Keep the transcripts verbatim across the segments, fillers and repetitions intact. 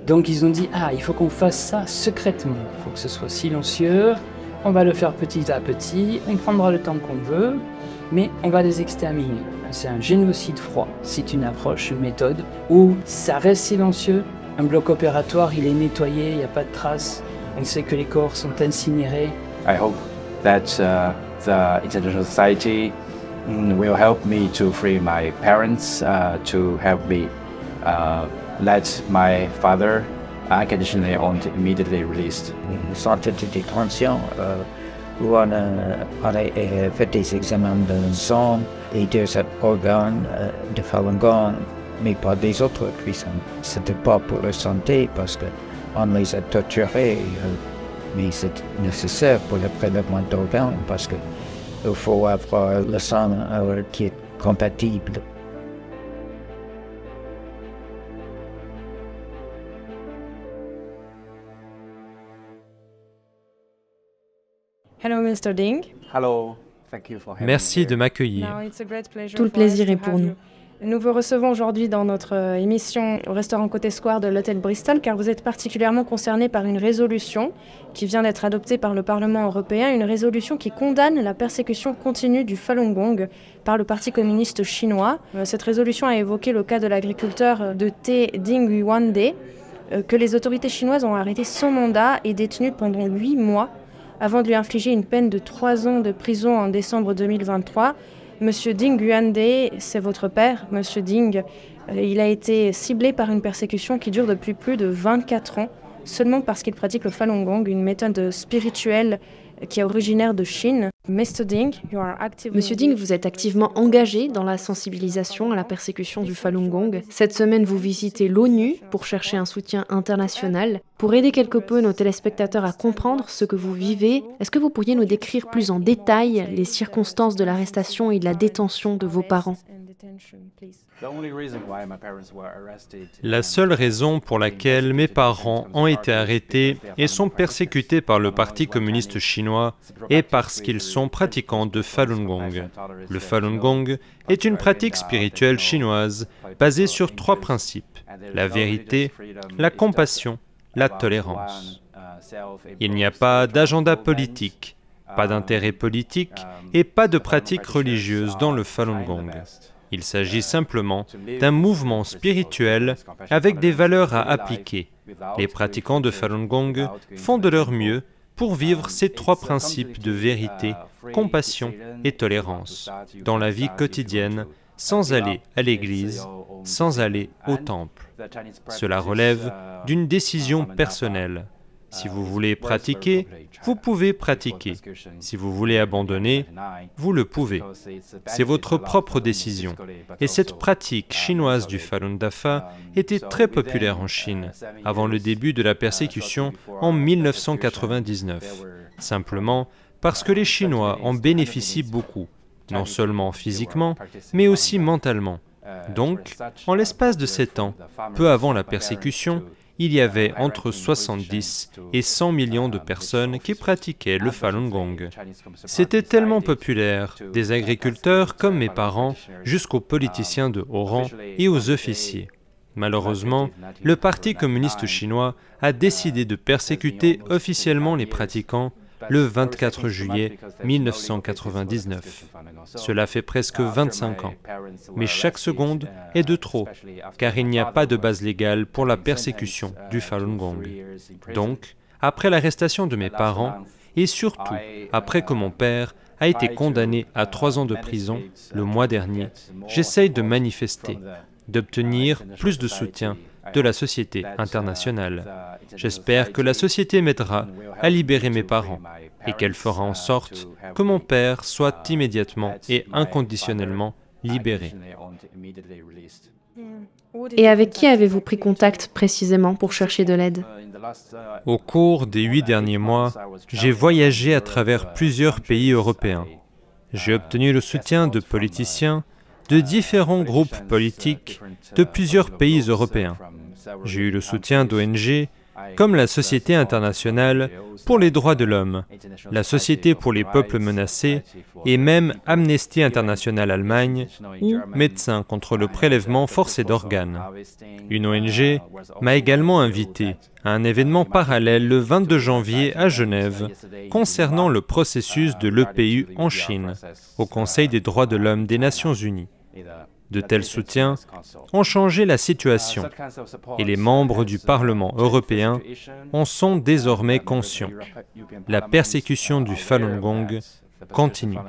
Donc ils ont dit, ah, il faut qu'on fasse ça secrètement, il faut que ce soit silencieux, on va le faire petit à petit, on prendra le temps qu'on veut, mais on va les exterminer. C'est un génocide froid, c'est une approche, une méthode où ça reste silencieux, un bloc opératoire, il est nettoyé, il n'y a pas de traces, on sait que les corps sont incinérés. I hope that uh, the international society mm, will help me to free my parents, uh, to help me uh, let my father unconditionally and immediately released. Une centre de détention euh, où on a, on a euh, fait des examens de sang et des organes euh, de Falun Gong, mais pas des autres prisons. C'était pas pour la santé parce qu'on les a torturés, euh, mais c'est nécessaire pour le prélèvement d'organes parce qu'il faut avoir le sang euh, qui est compatible. Hello, mister Ding. Hello, thank you for having Merci me de here. m'accueillir. Now, it's a great pleasure Tout le for us plaisir to est have pour nous. you. Nous vous recevons aujourd'hui dans notre euh, émission au restaurant Côté Square de l'hôtel Bristol car vous êtes particulièrement concerné par une résolution qui vient d'être adoptée par le Parlement européen, une résolution qui condamne la persécution continue du Falun Gong par le Parti communiste chinois. Euh, Cette résolution a évoqué le cas de l'agriculteur de thé Ding Yuande euh, que les autorités chinoises ont arrêté sans mandat et détenu pendant huit mois avant de lui infliger une peine de trois ans de prison en décembre deux mille vingt-trois. Monsieur Ding Yuande, c'est votre père, Monsieur Ding. Euh, il a été ciblé par une persécution qui dure depuis plus de vingt-quatre ans, seulement parce qu'il pratique le Falun Gong, une méthode spirituelle qui est originaire de Chine. Monsieur Ding, you are active... Monsieur Ding, vous êtes activement engagé dans la sensibilisation à la persécution du Falun Gong. Cette semaine, vous visitez l'ONU pour chercher un soutien international. Pour aider quelque peu nos téléspectateurs à comprendre ce que vous vivez, est-ce que vous pourriez nous décrire plus en détail les circonstances de l'arrestation et de la détention de vos parents ? La seule raison pour laquelle mes parents ont été arrêtés et sont persécutés par le Parti communiste chinois est parce qu'ils sont pratiquants de Falun Gong. Le Falun Gong est une pratique spirituelle chinoise basée sur trois principes: la vérité, la compassion, la tolérance. Il n'y a pas d'agenda politique, pas d'intérêt politique et pas de pratique religieuse dans le Falun Gong. Il s'agit simplement d'un mouvement spirituel avec des valeurs à appliquer. Les pratiquants de Falun Gong font de leur mieux pour vivre ces trois principes de vérité, compassion et tolérance dans la vie quotidienne, sans aller à l'église, sans aller au temple. Cela relève d'une décision personnelle. Si vous voulez pratiquer, vous pouvez pratiquer. Si vous voulez abandonner, vous le pouvez. C'est votre propre décision. Et cette pratique chinoise du Falun Dafa était très populaire en Chine, avant le début de la persécution en mille neuf cent quatre-vingt-dix-neuf. Simplement parce que les Chinois en bénéficient beaucoup, non seulement physiquement, mais aussi mentalement. Donc, en l'espace de sept ans, peu avant la persécution, il y avait entre soixante-dix et cent millions de personnes qui pratiquaient le Falun Gong. C'était tellement populaire, des agriculteurs comme mes parents, jusqu'aux politiciens de haut rang et aux officiers. Malheureusement, le Parti communiste chinois a décidé de persécuter officiellement les pratiquants le vingt-quatre juillet mille neuf cent quatre-vingt-dix-neuf. Cela fait presque vingt-cinq ans. Mais chaque seconde est de trop, car il n'y a pas de base légale pour la persécution du Falun Gong. Donc, après l'arrestation de mes parents, et surtout après que mon père a été condamné à trois ans de prison le mois dernier, j'essaye de manifester, d'obtenir plus de soutien de la société internationale. J'espère que la société m'aidera à libérer mes parents et qu'elle fera en sorte que mon père soit immédiatement et inconditionnellement libéré. Et avec qui avez-vous pris contact précisément pour chercher de l'aide ? Au cours des huit derniers mois, j'ai voyagé à travers plusieurs pays européens. J'ai obtenu le soutien de politiciens, de différents groupes politiques de plusieurs pays européens. J'ai eu le soutien d'O N G, comme la Société internationale pour les droits de l'homme, la Société pour les peuples menacés et même Amnesty International Allemagne ou Médecins contre le prélèvement forcé d'organes. Une O N G m'a également invité à un événement parallèle le vingt-deux janvier à Genève concernant le processus de l'E P U en Chine, au Conseil des droits de l'homme des Nations Unies. De tels soutiens ont changé la situation et les membres du Parlement européen en sont désormais conscients. La persécution du Falun Gong continue.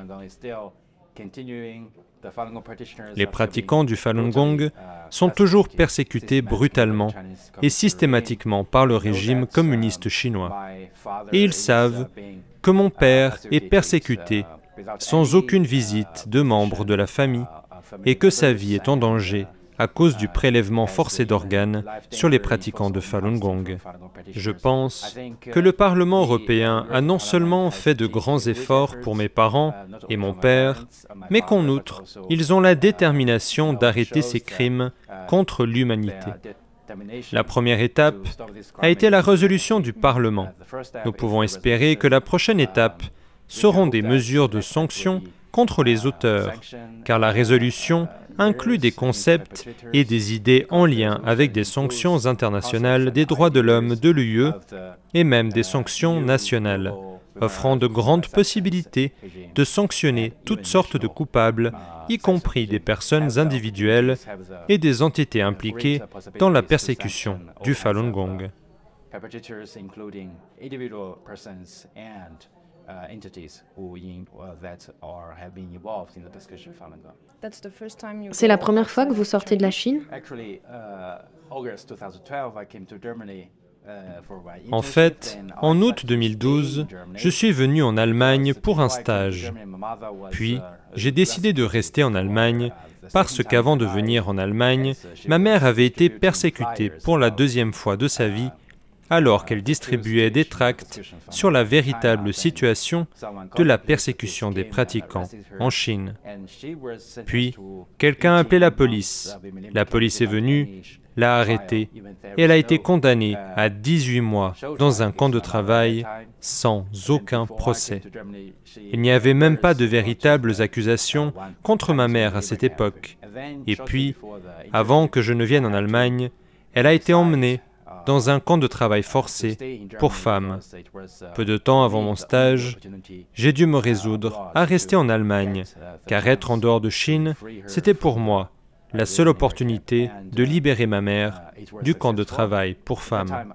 Les pratiquants du Falun Gong sont toujours persécutés brutalement et systématiquement par le régime communiste chinois. Et ils savent que mon père est persécuté sans aucune visite de membres de la famille et que sa vie est en danger à cause du prélèvement forcé d'organes sur les pratiquants de Falun Gong. Je pense que le Parlement européen a non seulement fait de grands efforts pour mes parents et mon père, mais qu'en outre, ils ont la détermination d'arrêter ces crimes contre l'humanité. La première étape a été la résolution du Parlement. Nous pouvons espérer que la prochaine étape seront des mesures de sanctions contre les auteurs, car la résolution inclut des concepts et des idées en lien avec des sanctions internationales des droits de l'homme de l'U E et même des sanctions nationales, offrant de grandes possibilités de sanctionner toutes sortes de coupables, y compris des personnes individuelles et des entités impliquées dans la persécution du Falun Gong. C'est la première fois que vous sortez de la Chine? En fait, en août deux mille douze, je suis venu en Allemagne pour un stage. Puis, j'ai décidé de rester en Allemagne parce qu'avant de venir en Allemagne, ma mère avait été persécutée pour la deuxième fois de sa vie alors qu'elle distribuait des tracts sur la véritable situation de la persécution des pratiquants en Chine. Puis, quelqu'un a appelé la police. La police est venue, l'a arrêtée, et elle a été condamnée à dix-huit mois dans un camp de travail sans aucun procès. Il n'y avait même pas de véritables accusations contre ma mère à cette époque. Et puis, avant que je ne vienne en Allemagne, elle a été emmenée dans un camp de travail forcé pour femmes. Peu de temps avant mon stage, j'ai dû me résoudre à rester en Allemagne, car être en dehors de Chine, c'était pour moi la seule opportunité de libérer ma mère du camp de travail pour femmes.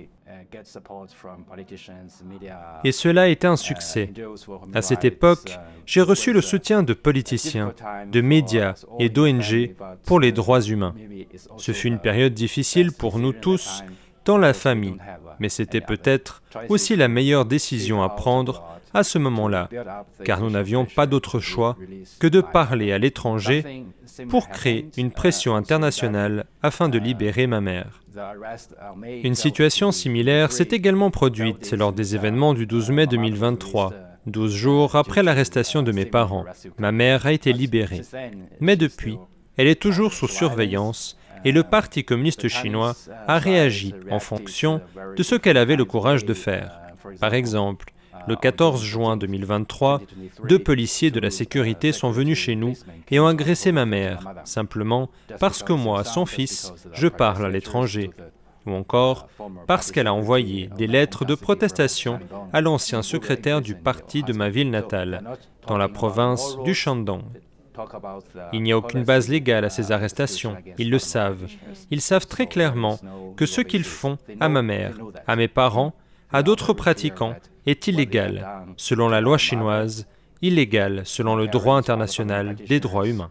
Et cela a été un succès. À cette époque, j'ai reçu le soutien de politiciens, de médias et d'O N G pour les droits humains. Ce fut une période difficile pour nous tous dans la famille, mais c'était peut-être aussi la meilleure décision à prendre à ce moment-là, car nous n'avions pas d'autre choix que de parler à l'étranger pour créer une pression internationale afin de libérer ma mère. Une situation similaire s'est également produite lors des événements du douze mai deux mille vingt-trois. Douze jours après l'arrestation de mes parents, ma mère a été libérée. Mais depuis, elle est toujours sous surveillance et le Parti communiste chinois a réagi en fonction de ce qu'elle avait le courage de faire. Par exemple, le quatorze juin deux mille vingt-trois, deux policiers de la sécurité sont venus chez nous et ont agressé ma mère, simplement parce que moi, son fils, je parle à l'étranger. Ou encore parce qu'elle a envoyé des lettres de protestation à l'ancien secrétaire du parti de ma ville natale, dans la province du Shandong. Il n'y a aucune base légale à ces arrestations, ils le savent. Ils savent très clairement que ce qu'ils font à ma mère, à mes parents, à d'autres pratiquants, est illégal, selon la loi chinoise, illégal selon le droit international des droits humains.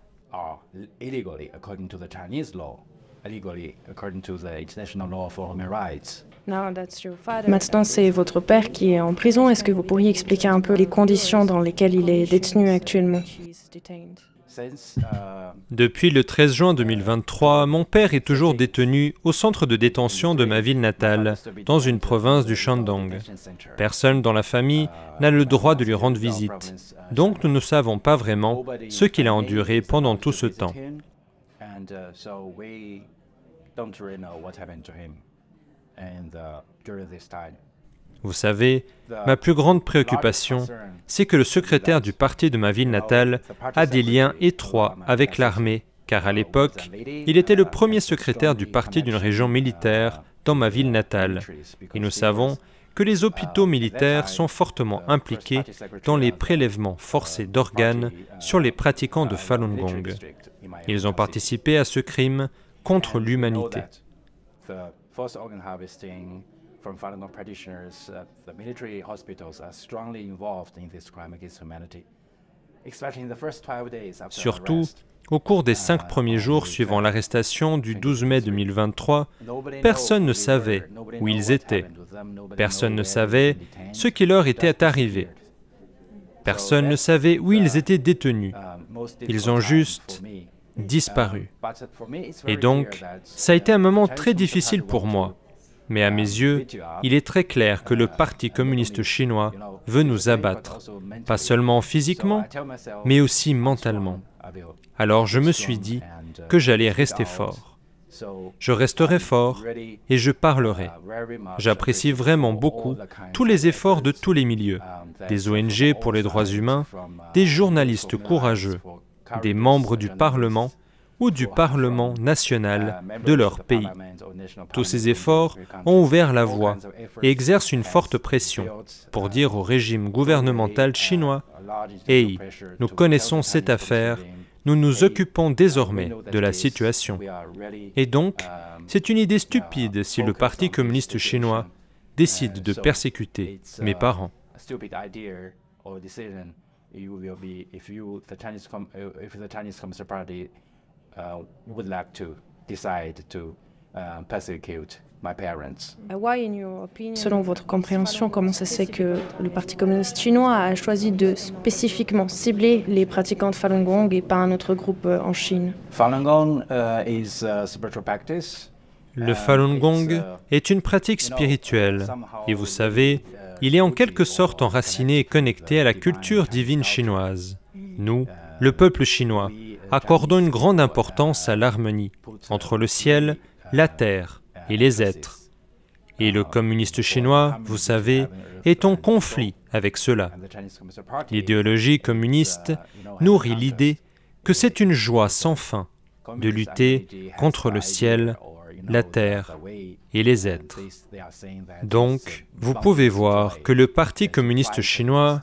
Maintenant, c'est votre père qui est en prison. Est-ce que vous pourriez expliquer un peu les conditions dans lesquelles il est détenu actuellement? Depuis le treize juin deux mille vingt-trois, mon père est toujours détenu au centre de détention de ma ville natale, dans une province du Shandong. Personne dans la famille n'a le droit de lui rendre visite, donc nous ne savons pas vraiment ce qu'il a enduré pendant tout ce temps. Vous savez, ma plus grande préoccupation, c'est que le secrétaire du parti de ma ville natale a des liens étroits avec l'armée, car à l'époque, il était le premier secrétaire du parti d'une région militaire dans ma ville natale. Et nous savons que les hôpitaux militaires sont fortement impliqués dans les prélèvements forcés d'organes sur les pratiquants de Falun Gong. Ils ont participé à ce crime contre l'humanité. From Falun Gong practitioners, uh, the military hospitals are strongly involved in this crime against humanity. Especially in the first twelve days after Surtout, arrest. au cours des cinq premiers jours suivant l'arrestation du douze mai deux mille vingt-trois, personne ne savait où ils étaient. Personne ne savait ce qui leur était arrivé. Personne ne savait où ils étaient détenus. Ils ont juste disparu. Et donc, ça a été un moment très difficile pour moi. Mais à mes yeux, il est très clair que le Parti communiste chinois veut nous abattre, pas seulement physiquement, mais aussi mentalement. Alors je me suis dit que j'allais rester fort. Je resterai fort et je parlerai. J'apprécie vraiment beaucoup tous les efforts de tous les milieux, des O N G pour les droits humains, des journalistes courageux, des membres du Parlement ou du Parlement national de leur pays. Tous ces efforts ont ouvert la voie et exercent une forte pression pour dire au régime gouvernemental chinois « Hey, nous connaissons cette affaire, nous nous occupons désormais de la situation. » Et donc, c'est une idée stupide si le Parti communiste chinois décide de persécuter mes parents. Uh, would like to decide to uh, persecute my parents. Selon votre compréhension, comment ça se fait que le Parti communiste chinois a choisi de spécifiquement cibler les pratiquants de Falun Gong et pas un autre groupe en Chine? Falun Gong uh, is a spiritual practice. Le Falun Gong est une pratique spirituelle et vous savez, il est en quelque sorte enraciné et connecté à la culture divine chinoise. Nous, le peuple chinois, accordons une grande importance à l'harmonie entre le ciel, la terre et les êtres. Et le communiste chinois, vous savez, est en conflit avec cela. L'idéologie communiste nourrit l'idée que c'est une joie sans fin de lutter contre le ciel, la terre et les êtres. Donc, vous pouvez voir que le Parti communiste chinois,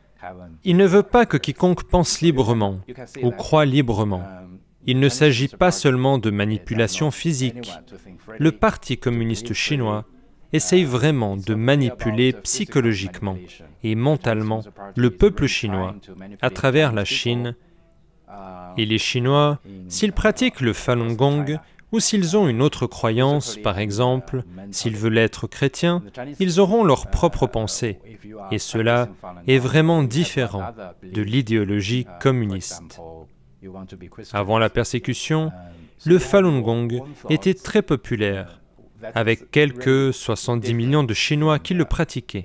il ne veut pas que quiconque pense librement ou croit librement. Il ne s'agit pas seulement de manipulation physique. Le Parti communiste chinois essaye vraiment de manipuler psychologiquement et mentalement le peuple chinois à travers la Chine. Et les Chinois, s'ils pratiquent le Falun Gong, ou s'ils ont une autre croyance, par exemple, s'ils veulent être chrétiens, ils auront leur propre pensée. Et cela est vraiment différent de l'idéologie communiste. Avant la persécution, le Falun Gong était très populaire, avec quelques soixante-dix millions de Chinois qui le pratiquaient.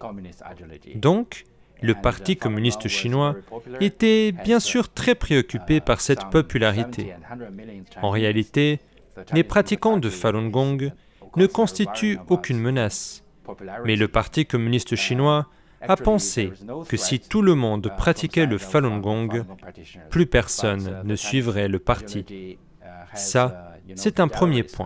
Donc, le Parti communiste chinois était bien sûr très préoccupé par cette popularité. En réalité, les pratiquants de Falun Gong ne constituent aucune menace. Mais le Parti communiste chinois a pensé que si tout le monde pratiquait le Falun Gong, plus personne ne suivrait le parti. Ça, c'est un premier point.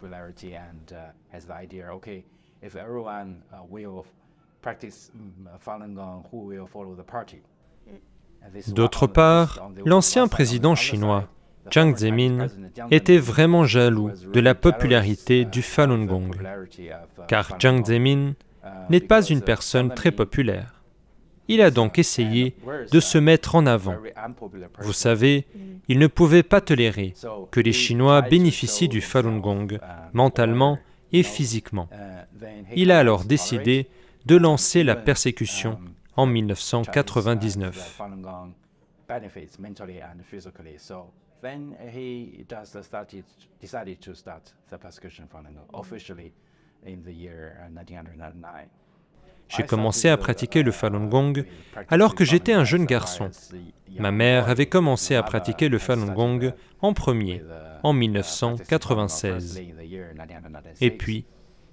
D'autre part, l'ancien président chinois, Jiang Zemin, était vraiment jaloux de la popularité du Falun Gong, car Jiang Zemin n'est pas une personne très populaire. Il a donc essayé de se mettre en avant. Vous savez, il ne pouvait pas tolérer que les Chinois bénéficient du Falun Gong mentalement et physiquement. Il a alors décidé de lancer la persécution en mille neuf cent quatre-vingt-dix-neuf. Then he just started, decided to start the persecution Falun Gong officially in the year nineteen ninety-nine. J'ai commencé à pratiquer le Falun Gong alors que j'étais un jeune garçon. Ma mère avait commencé à pratiquer le Falun Gong en premier, en mille neuf cent quatre-vingt-seize. Et puis,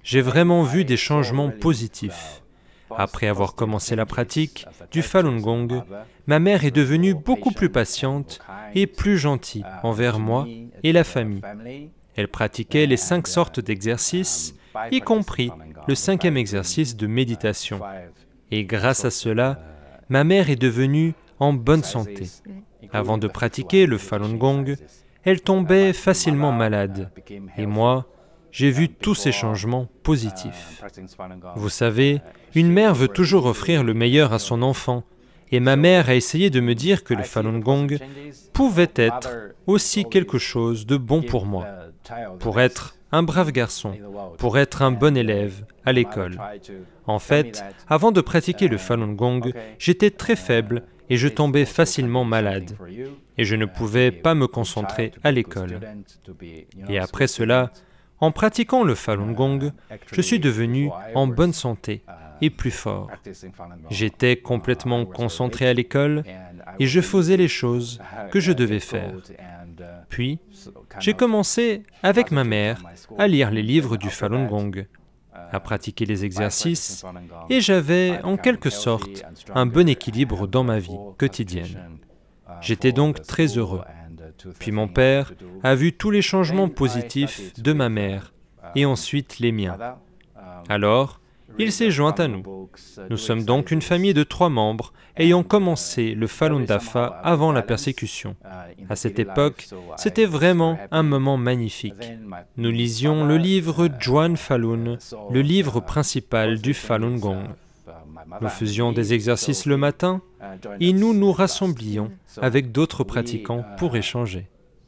j'ai vraiment vu des changements positifs. Après avoir commencé la pratique du Falun Gong, ma mère est devenue beaucoup plus patiente et plus gentille envers moi et la famille. Elle pratiquait les cinq sortes d'exercices, y compris le cinquième exercice de méditation. Et grâce à cela, ma mère est devenue en bonne santé. Avant de pratiquer le Falun Gong, elle tombait facilement malade. Et moi, j'ai vu tous ces changements positifs. Vous savez, une mère veut toujours offrir le meilleur à son enfant. Et ma mère a essayé de me dire que le Falun Gong pouvait être aussi quelque chose de bon pour moi, pour être un brave garçon, pour être un bon élève à l'école. En fait, avant de pratiquer le Falun Gong, j'étais très faible et je tombais facilement malade. Et je ne pouvais pas me concentrer à l'école. Et après cela, en pratiquant le Falun Gong, je suis devenu en bonne santé et plus fort. J'étais complètement concentré à l'école et je faisais les choses que je devais faire. Puis, j'ai commencé, avec ma mère, à lire les livres du Falun Gong, à pratiquer les exercices, et j'avais, en quelque sorte, un bon équilibre dans ma vie quotidienne. J'étais donc très heureux. Puis mon père a vu tous les changements positifs de ma mère, et ensuite les miens. Alors, il s'est joint à nous. Nous sommes donc une famille de trois membres ayant commencé le Falun Dafa avant la persécution. À cette époque, c'était vraiment un moment magnifique. Nous lisions le livre Zhuan Falun, le livre principal du Falun Gong. Nous faisions des exercices le matin et nous nous rassemblions avec d'autres pratiquants pour échanger.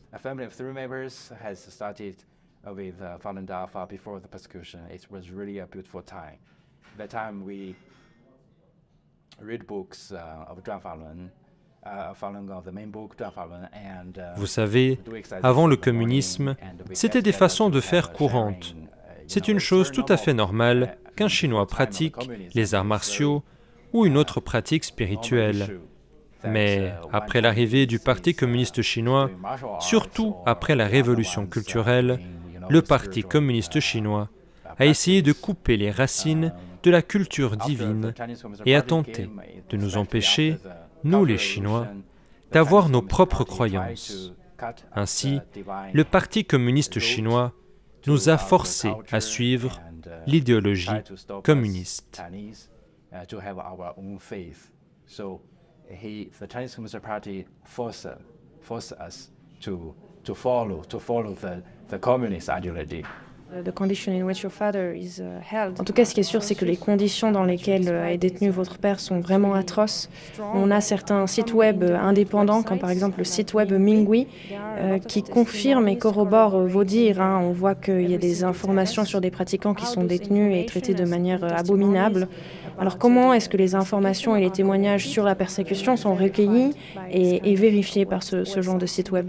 With uh, Falun Dafa before the persecution, it was really a beautiful time. That time we read books uh, of Zhuan Falun, uh, Falun Gong, the main book Zhuan Falun, and uh, Vous savez, avant le communisme, c'était des façons de faire courantes. C'est une chose tout à fait normale qu'un Chinois pratique les arts martiaux ou une autre pratique spirituelle. Mais après l'arrivée du Parti communiste chinois, surtout après la révolution culturelle, le Parti communiste chinois a essayé de couper les racines de la culture divine et a tenté de nous empêcher, nous les Chinois, d'avoir nos propres croyances. Ainsi, le Parti communiste chinois nous a forcés à suivre l'idéologie communiste. He, the Chinese Communist Party forced, forced us to, to follow, to follow the, the communist ideology. The condition in which your father is held. En tout cas, ce qui est sûr, c'est que les conditions dans lesquelles est détenu votre père sont vraiment atroces. On a certains sites web indépendants, comme par exemple le site web Minghui, euh, qui confirme et corrobore vos dires. Hein. On voit qu'il y a des informations sur des pratiquants qui sont détenus et traités de manière abominable. Alors comment est-ce que les informations et les témoignages sur la persécution sont recueillis et, et vérifiés par ce, ce genre de site web?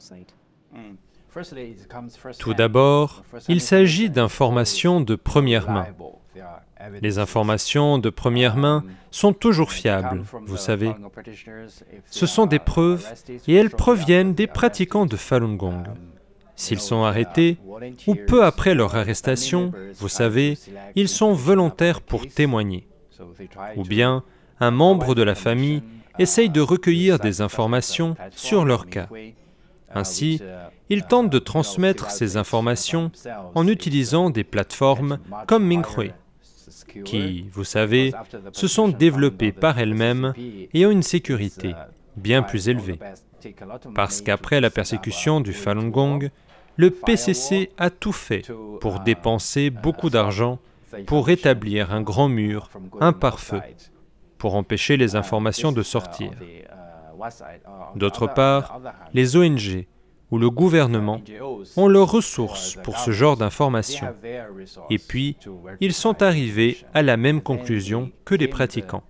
Tout d'abord, il s'agit d'informations de première main. Les informations de première main sont toujours fiables, vous savez. Ce sont des preuves et elles proviennent des pratiquants de Falun Gong. S'ils sont arrêtés, ou peu après leur arrestation, vous savez, ils sont volontaires pour témoigner. Ou bien, un membre de la famille essaye de recueillir des informations sur leur cas. Ainsi, ils tentent de transmettre ces informations en utilisant des plateformes comme Minghui, qui, vous savez, se sont développées par elles-mêmes et ont une sécurité bien plus élevée. Parce qu'après la persécution du Falun Gong, le P C C a tout fait pour dépenser beaucoup d'argent pour établir un grand mur, un pare-feu, pour empêcher les informations de sortir. D'autre part, les O N G ou le gouvernement ont leurs ressources pour ce genre d'informations. Et puis, ils sont arrivés à la même conclusion que les pratiquants.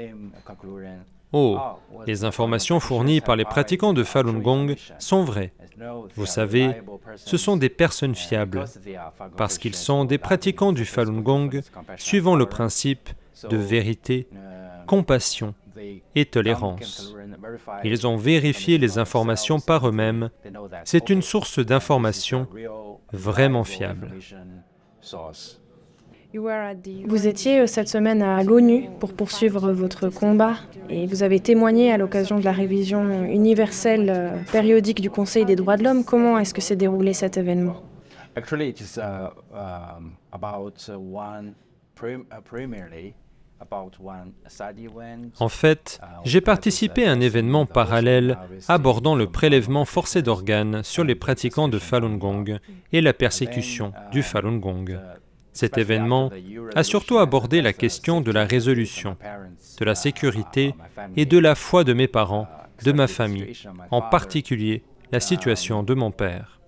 Oh, les informations fournies par les pratiquants de Falun Gong sont vraies. Vous savez, ce sont des personnes fiables, parce qu'ils sont des pratiquants du Falun Gong suivant le principe de vérité, compassion et tolérance. Ils ont vérifié les informations par eux-mêmes. C'est une source d'information vraiment fiable. Vous étiez euh, cette semaine à l'ONU pour poursuivre votre combat et vous avez témoigné à l'occasion de la révision universelle euh, périodique du Conseil des droits de l'homme. Comment est-ce que s'est déroulé cet événement? Actually, it is uh, um, about uh, one prim uh, primarily about one side event. En fait, j'ai participé à un événement parallèle abordant le prélèvement forcé d'organes sur les pratiquants de Falun Gong et la persécution du Falun Gong. Cet événement a surtout abordé la question de la résolution, de la sécurité et de la foi de mes parents, de ma famille, en particulier la situation de mon père.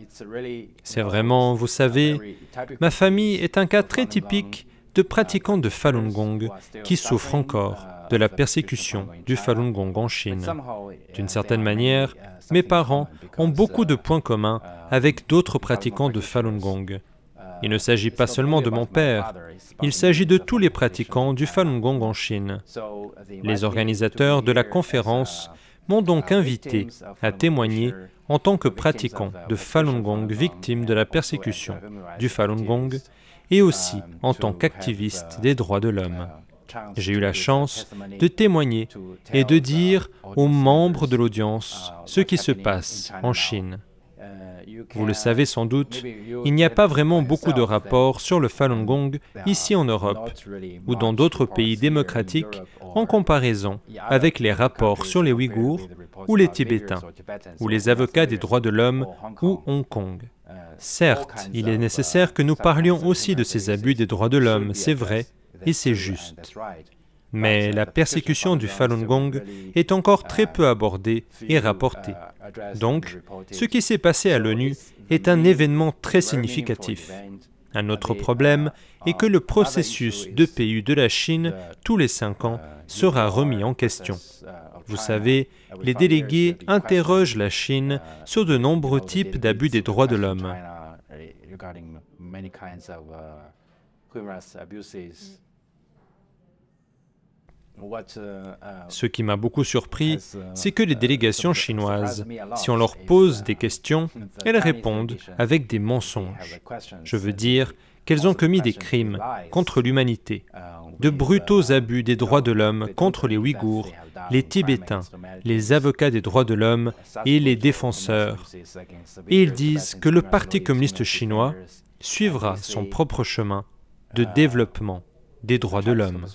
C'est vraiment, vous savez, ma famille est un cas très typique de pratiquants de Falun Gong qui souffrent encore de la persécution du Falun Gong en Chine. D'une certaine manière, mes parents ont beaucoup de points communs avec d'autres pratiquants de Falun Gong. Il ne s'agit pas seulement de mon père, il s'agit de tous les pratiquants du Falun Gong en Chine. Les organisateurs de la conférence m'ont donc invité à témoigner en tant que pratiquant de Falun Gong victime de la persécution du Falun Gong et aussi en tant qu'activiste des droits de l'homme. J'ai eu la chance de témoigner et de dire aux membres de l'audience ce qui se passe en Chine. Vous le savez sans doute, il n'y a pas vraiment beaucoup de rapports sur le Falun Gong ici en Europe ou dans d'autres pays démocratiques en comparaison avec les rapports sur les Ouïghours ou les Tibétains ou les avocats des droits de l'homme ou Hong Kong. Certes, il est nécessaire que nous parlions aussi de ces abus des droits de l'homme, c'est vrai et c'est juste. Mais la persécution du Falun Gong est encore très peu abordée et rapportée. Donc, ce qui s'est passé à l'ONU est un événement très significatif. Un autre problème est que le processus de P U de la Chine, tous les cinq ans, sera remis en question. Vous savez, les délégués interrogent la Chine sur de nombreux types d'abus des droits de l'homme. Ce qui m'a beaucoup surpris, c'est que les délégations chinoises, si on leur pose des questions, elles répondent avec des mensonges. Je veux dire qu'elles ont commis des crimes contre l'humanité, de brutaux abus des droits de l'homme contre les Ouïghours, les Tibétains, les avocats des droits de l'homme et les défenseurs. Et ils disent que le Parti communiste chinois suivra son propre chemin de développement des droits de l'homme.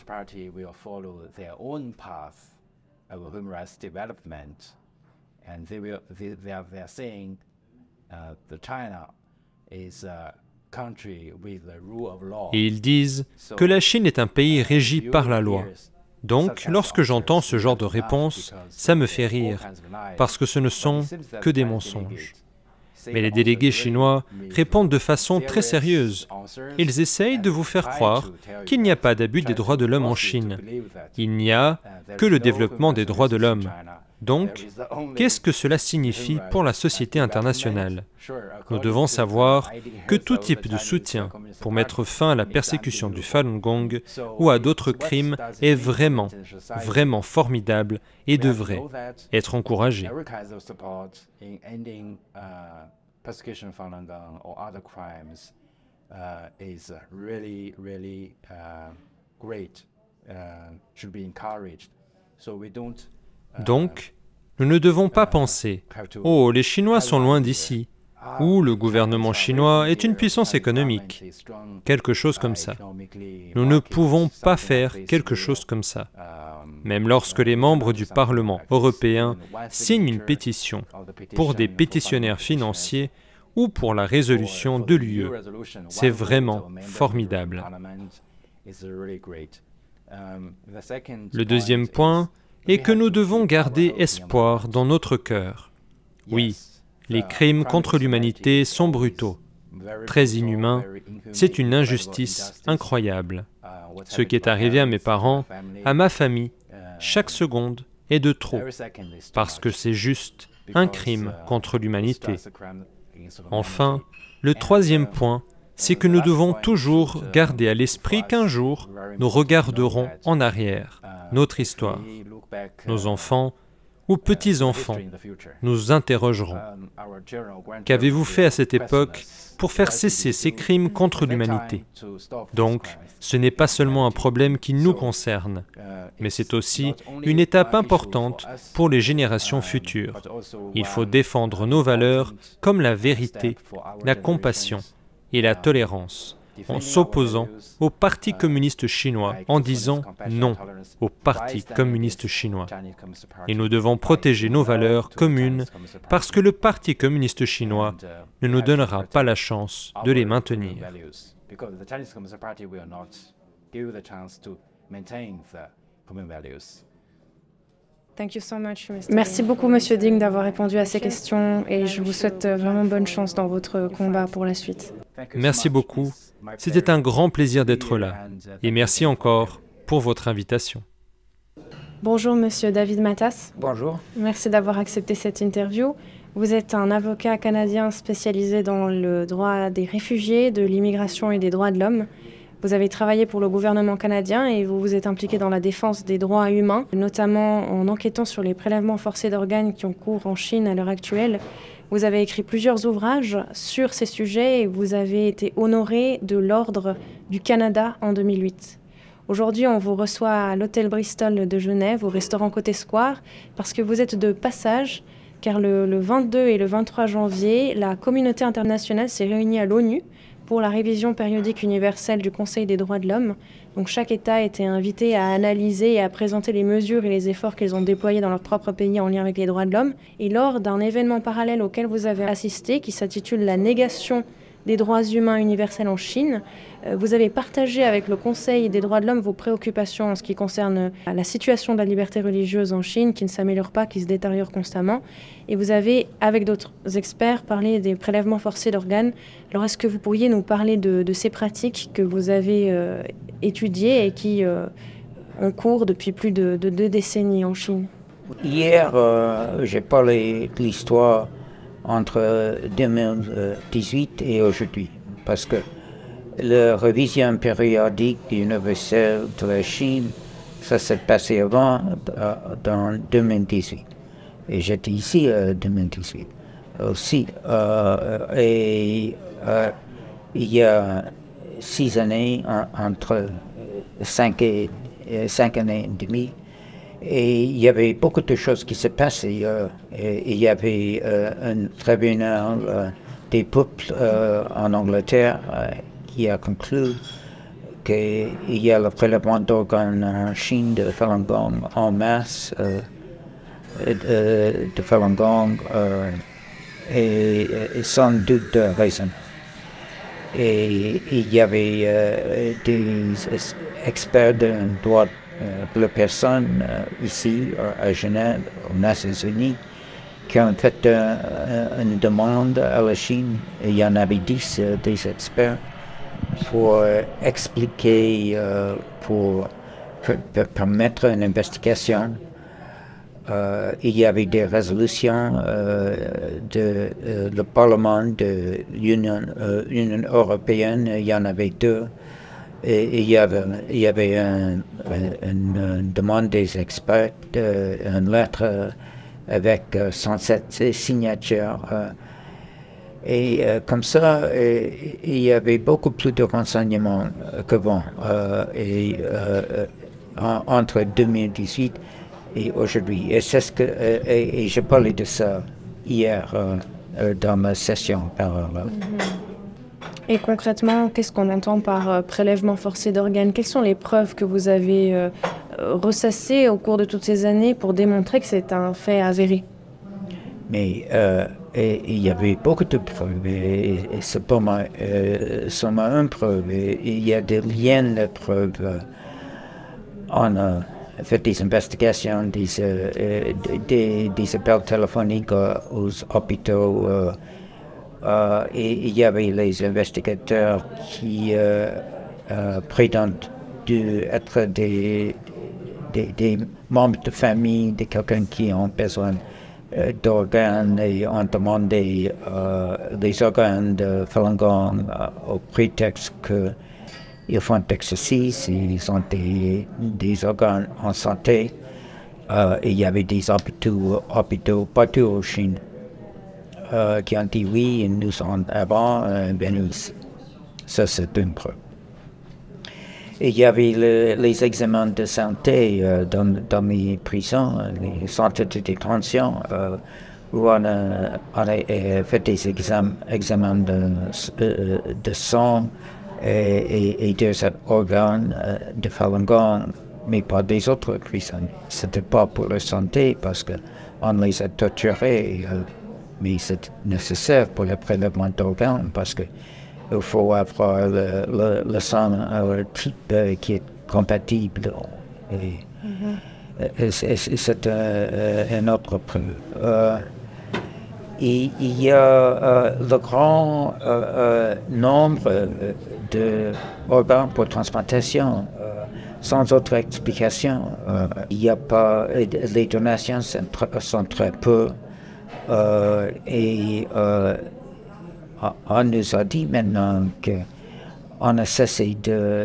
Et ils disent que la Chine est un pays régi par la loi. Donc, lorsque j'entends ce genre de réponse, ça me fait rire, parce que ce ne sont que des mensonges. Mais les délégués chinois répondent de façon très sérieuse. Ils essayent de vous faire croire qu'il n'y a pas d'abus des droits de l'homme en Chine. Il n'y a que le développement des droits de l'homme. Donc, qu'est-ce que cela signifie pour la société internationale? Nous devons savoir que tout type de soutien pour mettre fin à la persécution du Falun Gong ou à d'autres crimes est vraiment, vraiment formidable et devrait être encouragé. Donc, nous ne devons pas penser « Oh, les Chinois sont loin d'ici » ou « Le gouvernement chinois est une puissance économique », quelque chose comme ça. Nous ne pouvons pas faire quelque chose comme ça. Même lorsque les membres du Parlement européen signent une pétition pour des pétitionnaires financiers ou pour la résolution de l'U E, c'est vraiment formidable. Le deuxième point est que nous devons garder espoir dans notre cœur. Oui, les crimes contre l'humanité sont brutaux, très inhumains, c'est une injustice incroyable. Ce qui est arrivé à mes parents, à ma famille, chaque seconde est de trop, parce que c'est juste un crime contre l'humanité. Enfin, le troisième point, c'est que nous devons toujours garder à l'esprit qu'un jour, nous regarderons en arrière notre histoire. Nos enfants ou petits-enfants, nous interrogerons. Qu'avez-vous fait à cette époque pour faire cesser ces crimes contre l'humanité? Donc, ce n'est pas seulement un problème qui nous concerne, mais c'est aussi une étape importante pour les générations futures. Il faut défendre nos valeurs comme la vérité, la compassion et la tolérance, en s'opposant au Parti communiste chinois, en disant non au Parti communiste chinois. Et nous devons protéger nos valeurs communes parce que le Parti communiste chinois ne nous donnera pas la chance de les maintenir. Merci beaucoup, Monsieur Ding, d'avoir répondu à ces questions et je vous souhaite vraiment bonne chance dans votre combat pour la suite. Merci beaucoup. C'était un grand plaisir d'être là. Et merci encore pour votre invitation. Bonjour, Monsieur David Matas. Bonjour. Merci d'avoir accepté cette interview. Vous êtes un avocat canadien spécialisé dans le droit des réfugiés, de l'immigration et des droits de l'homme. Vous avez travaillé pour le gouvernement canadien et vous vous êtes impliqué dans la défense des droits humains, notamment en enquêtant sur les prélèvements forcés d'organes qui ont cours en Chine à l'heure actuelle. Vous avez écrit plusieurs ouvrages sur ces sujets et vous avez été honoré de l'Ordre du Canada en deux mille huit. Aujourd'hui, on vous reçoit à l'Hôtel Bristol de Genève, au restaurant Côté Square, parce que vous êtes de passage, car le, le vingt-deux et le vingt-trois janvier, la communauté internationale s'est réunie à l'ONU pour la révision périodique universelle du Conseil des droits de l'homme. Donc chaque État a été invité à analyser et à présenter les mesures et les efforts qu'ils ont déployés dans leur propre pays en lien avec les droits de l'homme. Et lors d'un événement parallèle auquel vous avez assisté, qui s'intitule « La négation des droits humains universels en Chine », vous avez partagé avec le Conseil des droits de l'homme vos préoccupations en ce qui concerne la situation de la liberté religieuse en Chine, qui ne s'améliore pas, qui se détériore constamment. Et vous avez, avec d'autres experts, parlé des prélèvements forcés d'organes. Alors, est-ce que vous pourriez nous parler de, de ces pratiques que vous avez euh, étudiées et qui euh, ont cours depuis plus de, de deux décennies en Chine? Hier, euh, j'ai parlé de l'histoire entre deux mille dix-huit et aujourd'hui, parce que la révision périodique universelle de la Chine, ça s'est passé avant, euh, dans deux mille dix-huit. Et j'étais ici en euh, deux mille dix-huit aussi. Euh, et euh, il y a six années, en, entre cinq, et, cinq années et demie, et il y avait beaucoup de choses qui se passaient. Euh, et il y avait euh, un tribunal euh, des peuples euh, en Angleterre euh, qui a conclu qu'il y a le prélèvement d'organes en Chine de Falun Gong en masse, euh, de, de Falun Gong, euh, et, et sans doute de raison. Et il y avait euh, des experts de droit de la personne euh, ici à Genève, aux Nations Unies, qui ont fait euh, une demande à la Chine. Il y en avait dix euh, des experts pour euh, expliquer, euh, pour, pour, pour permettre une investigation. Euh, il y avait des résolutions euh, de euh, le Parlement de l'Union euh, Union européenne, il y en avait deux. Et il y avait, il y avait un, une, une demande des experts, euh, une lettre avec euh, cent sept signatures. Euh, et euh, comme ça, euh, il y avait beaucoup plus de renseignements qu'avant. Euh, et euh, en, entre deux mille dix-huit et aujourd'hui. Et c'est ce que euh, et, et je parlais de ça hier euh, dans ma session parole. Et concrètement, qu'est-ce qu'on entend par euh, prélèvement forcé d'organes? Quelles sont les preuves que vous avez euh, ressassées au cours de toutes ces années pour démontrer que c'est un fait avéré? Mais euh, et, il y avait beaucoup de preuves, et, et c'est pas moi, euh, seulement une preuve. Et, il y a des liens de preuves. Euh, on a fait des investigations, des, euh, des, des appels téléphoniques euh, aux hôpitaux. Euh, Euh, et il y avait les investigateurs qui euh, euh, prétendent être des, des, des membres de famille de quelqu'un qui ont besoin euh, d'organes et ont demandé euh, les organes de Falun Gong euh, au prétexte qu'ils font d'exercice, ils ont des, des organes en santé. Euh, il y avait des hôpitaux, hôpitaux partout en Chine euh, qui ont dit oui, et nous sommes avant euh, venus. Ça, c'est une preuve. Il y avait le, les examens de santé euh, dans, dans les prisons, les centres de détention, euh, où on a, on a fait des exam, examens de, euh, de sang et, et, et des organes euh, de Falun Gong, mais pas des autres prisons. Ce n'était pas pour la santé parce qu'on les a torturés, euh, mais c'est nécessaire pour le prélèvement d'organes parce que il faut avoir le, le, le sang à un type euh, qui est compatible. Et, mm-hmm. C'est euh, une autre preuve. Euh, il, il y a euh, le grand euh, euh, nombre d'organes pour transplantation, euh, sans autre explication. Euh, il n'y a pas, les donations sont, sont très peu. Euh, et euh, on nous a dit maintenant qu'on a cessé de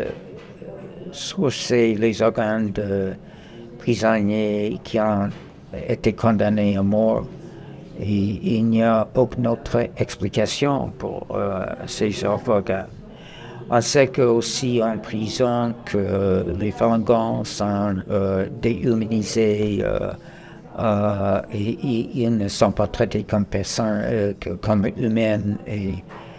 sourcer les organes de prisonniers qui ont été condamnés à mort. Et il n'y a aucune autre explication pour euh, ces organes. On sait que aussi en prison que euh, les Falun Gong sont euh, déhumanisés. Euh, Euh, et, et, ils ne sont pas traités comme personnes, euh, que, comme humaines. Et,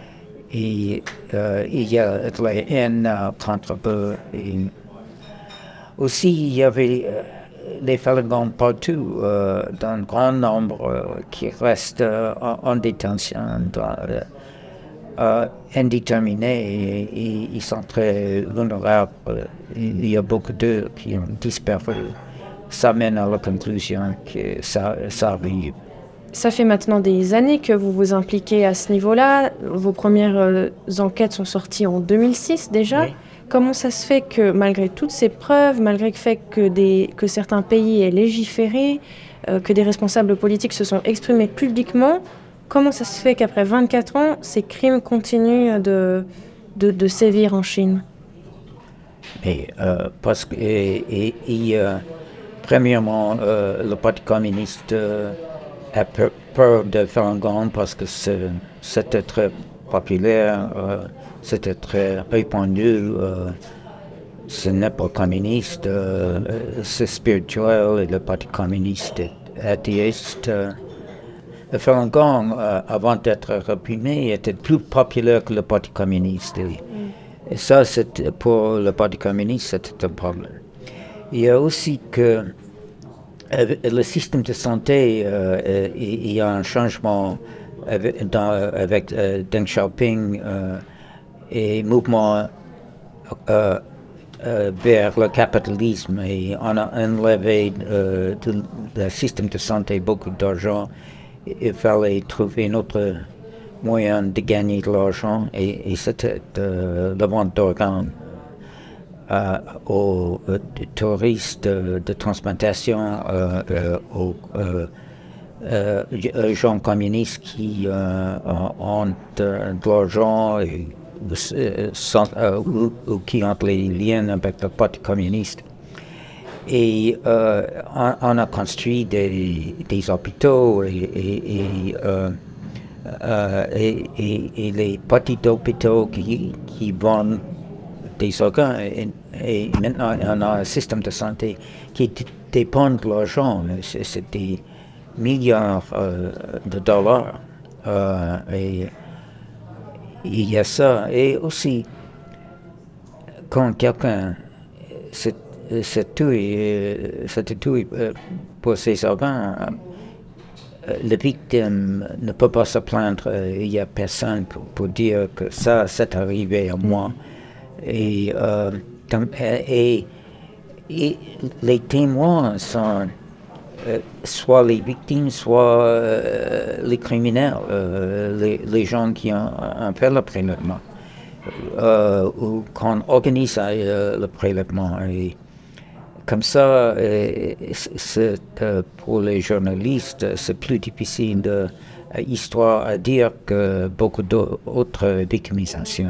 et euh, il y a de la haine euh, contre eux. Et aussi, il y avait euh, les Falun Gong partout, euh, dans un grand nombre euh, qui restent euh, en, en détention, dans, euh, euh, indéterminés, et, et ils sont très vulnérables. Il y a beaucoup d'eux qui ont disparu. Ça mène à la conclusion que ça, ça arrive. Ça fait maintenant des années que vous vous impliquez à ce niveau-là. Vos premières euh, enquêtes sont sorties en deux mille six déjà. Oui. Comment ça se fait que malgré toutes ces preuves, malgré le fait que, des, que certains pays aient légiféré, euh, que des responsables politiques se sont exprimés publiquement, comment ça se fait qu'après vingt-quatre ans, ces crimes continuent de, de, de sévir en Chine? Et, euh, parce que et, et, et, euh, premièrement, euh, le Parti communiste euh, a peur, peur de Falun Gong parce que c'était très populaire, euh, c'était très répandu. Euh, ce n'est pas communiste, euh, c'est spirituel, et le Parti communiste est athéiste. Euh, le Falun Gong, euh, avant d'être réprimé, était plus populaire que le Parti communiste. Et, mm. et ça, pour le Parti communiste, c'était un problème. Il y a aussi que euh, le système de santé, euh, il y a un changement avec, dans, avec euh, Deng Xiaoping euh, et mouvement euh, euh, vers le capitalisme. Et on a enlevé euh, du système de santé beaucoup d'argent. Il fallait trouver un autre moyen de gagner de l'argent, et, et c'était euh, la vente d'organes. Euh, aux euh, touristes de, de transplantation, euh, euh, aux euh, euh, gens communistes qui euh, ont de, de l'argent et euh, sont, euh, ou, ou qui ont les liens avec le Parti communiste. Et euh, on, on a construit des, des hôpitaux et, et, et, euh, euh, et, et, et les petits hôpitaux qui, qui vendent des organes, et, et maintenant on a un système de santé qui dépend de l'argent, c'est des milliards euh, de dollars, euh, et il y a ça. Et aussi, quand quelqu'un s'est tué, tué pour ses organes, la victime ne peut pas se plaindre, il n'y a personne pour, pour dire que ça, c'est arrivé à moi. Et, euh, et, et les témoins sont euh, soit les victimes, soit euh, les criminels, euh, les, les gens qui ont, ont fait le prélèvement, euh, ou qu'on organise euh, le prélèvement. Et comme ça, euh, c'est, euh, pour les journalistes, c'est plus difficile de euh, histoire à dire que beaucoup d'autres victimisations.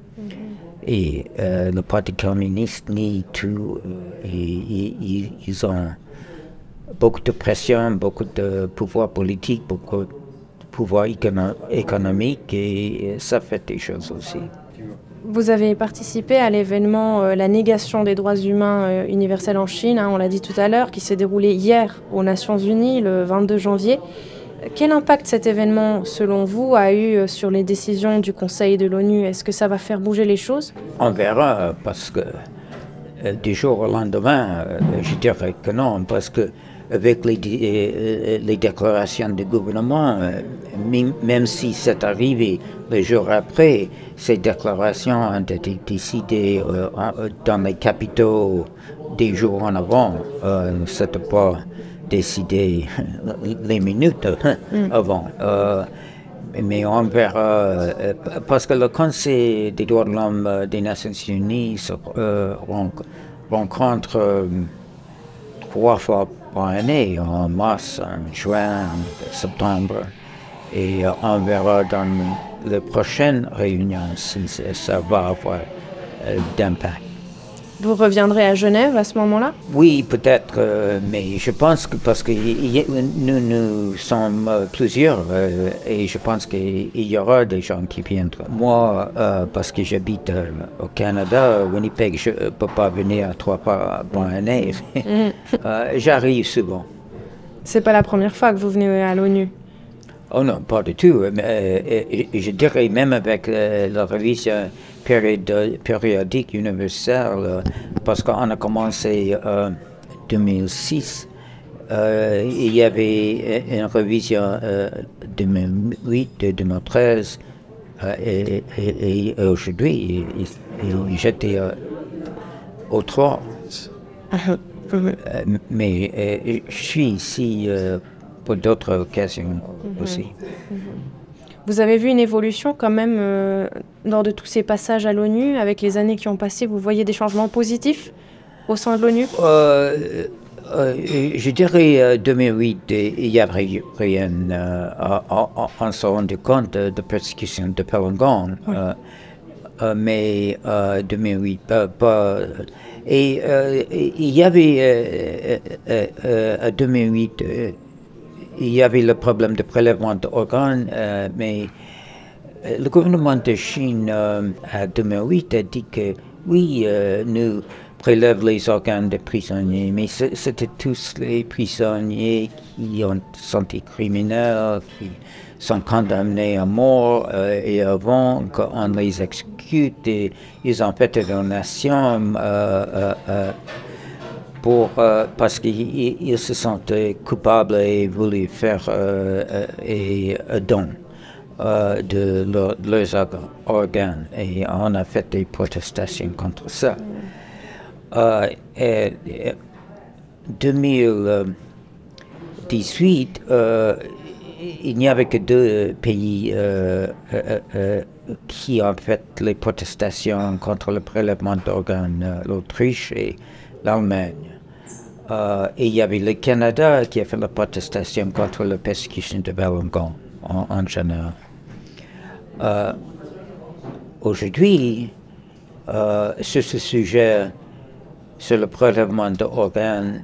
Et euh, le Parti communiste nie tout, euh, et, et, et ils ont beaucoup de pression, beaucoup de pouvoir politique, beaucoup de pouvoir écono économique et ça fait des choses aussi. Vous avez participé à l'événement euh, La négation des droits humains euh, universels en Chine, hein, on l'a dit tout à l'heure, qui s'est déroulé hier aux Nations Unies, le vingt-deux janvier. Quel impact cet événement, selon vous, a eu sur les décisions du Conseil de l'ONU? Est-ce que ça va faire bouger les choses? On verra, parce que euh, du jour au lendemain, euh, je dirais que non, parce que avec les, euh, les déclarations du gouvernement, euh, même si c'est arrivé le jour après, ces déclarations ont été décidées euh, dans les capitaux des jours en avant. Euh, c'était pas décidé les minutes mm. avant. Euh, mais on verra, euh, parce que le Conseil des droits de l'homme des Nations Unies se euh, rencontre euh, trois fois par année, en mars, en juin, en septembre. Et euh, on verra dans les prochaines réunions si ça va avoir euh, d'impact. Vous reviendrez à Genève à ce moment-là? Oui, peut-être, euh, mais je pense que parce que y, nous, nous sommes plusieurs euh, et je pense qu'il y aura des gens qui viendront. Moi, euh, parce que j'habite euh, au Canada, Winnipeg, je ne peux pas venir trois fois par année. Mm. euh, J'arrive souvent. C'est pas la première fois que vous venez à l'ONU? Oh non, pas du tout. Euh, euh, je dirais même avec euh, la révision périodique universelle, euh, parce qu'on a commencé en euh, deux mille six, euh, il y avait une révision euh, deux mille huit, deux mille treize, euh, et, et, et aujourd'hui, j'étais euh, au trois. euh, mais euh, je suis ici euh, pour d'autres occasions mm-hmm. aussi. Mm-hmm. Vous avez vu une évolution quand même euh, lors de tous ces passages à l'ONU, avec les années qui ont passé, vous voyez des changements positifs au sein de l'ONU? euh, euh, Je dirais euh, deux mille huit, il n'y avait rien. Euh, on, on s'est rendu compte de la persécution de Falun Gong, oui. euh, euh, mais euh, deux mille huit, pas... pas et euh, il y avait euh, euh, euh, à deux mille huit, euh, il y avait le problème de prélèvement d'organes, euh, mais le gouvernement de Chine, euh, en deux mille huit, a dit que oui, euh, nous prélèvons les organes des prisonniers, mais c'était tous les prisonniers qui ont, sont des criminels, qui sont condamnés à mort, euh, et avant qu'on les exécute, et ils ont fait des donations. Euh, euh, euh, Pour, euh, parce qu'ils se sentaient coupables et voulaient faire euh, euh, un don euh, de leur, leurs organes. Et on a fait des protestations contre ça. Euh, et, et deux mille dix-huit, euh, il n'y avait que deux pays euh, euh, euh, qui ont fait les protestations contre le prélèvement d'organes, l'Autriche et l'Allemagne. Euh, et il y avait le Canada qui a fait la protestation contre la persécution de Falun Gong en, en général. Euh, Aujourd'hui, euh, sur ce sujet, sur le prélèvement d'organes,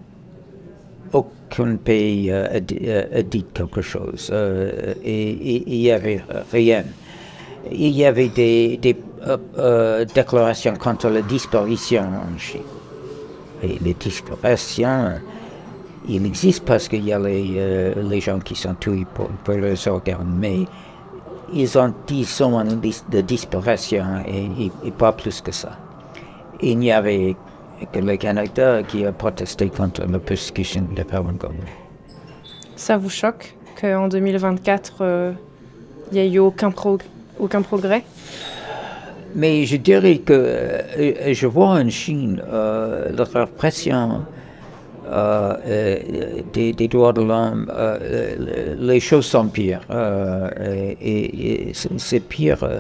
aucun pays euh, a, dit, a dit quelque chose. Euh, et il n'y avait rien. Il y avait des, des euh, euh, déclarations contre la disparition en Chine. Et les disparitions, il existe parce qu'il y a les, euh, les gens qui sont tués pour, pour leurs organes, mais ils ont dit seulement de disparition et, et, et pas plus que ça. Il n'y avait que le Canada qui a protesté contre la persécution de Falun Gong. Ça vous choque qu'en deux mille vingt-quatre, il euh, n'y ait eu aucun, pro aucun progrès? Mais je dirais que euh, je vois en Chine euh, la répression euh, euh, des, des droits de l'homme, euh, les choses sont pires. Euh, et, et c'est pire euh,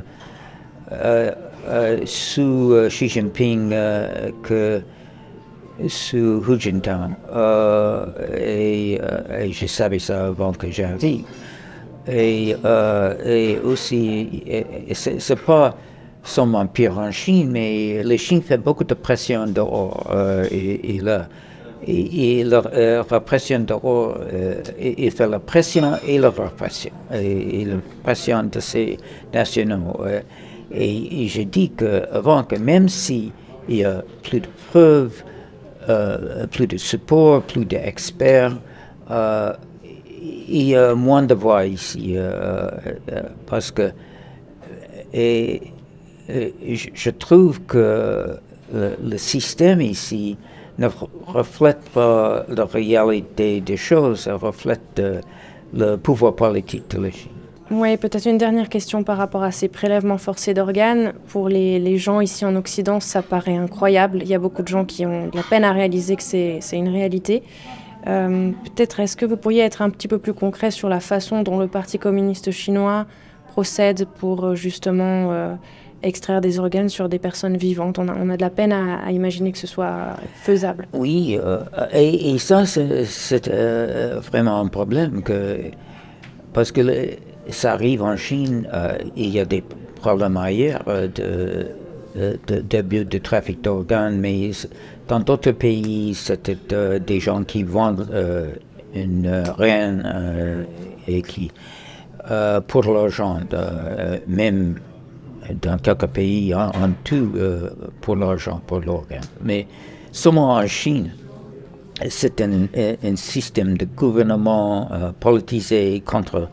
euh, sous Xi Jinping euh, que sous Hu Jintao. Euh, et, euh, et je savais ça avant que j'arrive. Et, euh, et aussi, c'est pas seulement pire en Chine, mais la Chine fait beaucoup de pression dehors euh, et, et là. Et, et la euh, répression d'abord, euh, il fait la pression et la répression, et, et la pression de ces nationaux. Euh, et, et je dis qu'avant que même s'il y a plus de preuves, euh, plus de support, plus d'experts, euh, il y a moins de voix ici, euh, euh, parce que et, et je, je trouve que le, le système ici ne reflète pas la réalité des choses, ça reflète euh, le pouvoir politique de la Chine. Oui, peut-être une dernière question par rapport à ces prélèvements forcés d'organes. Pour les, les gens ici en Occident, ça paraît incroyable. Il y a beaucoup de gens qui ont de la peine à réaliser que c'est, c'est une réalité. Euh, peut-être est-ce que vous pourriez être un petit peu plus concret sur la façon dont le Parti communiste chinois procède pour justement euh, extraire des organes sur des personnes vivantes. On a, on a de la peine à, à imaginer que ce soit faisable. Oui, euh, et, et ça, c'est, c'est euh, vraiment un problème, que, parce que le, ça arrive en Chine, euh, il y a des problèmes ailleurs euh, de, de, de, de, de trafic d'organes, mais dans d'autres pays, c'était euh, des gens qui vendent euh, une euh, reine euh, et qui, euh, pour l'argent, euh, même dans quelques pays, en, en tout, euh, pour l'argent, pour l'organe. Mais seulement en Chine, c'est un, un système de gouvernement euh, politisé contre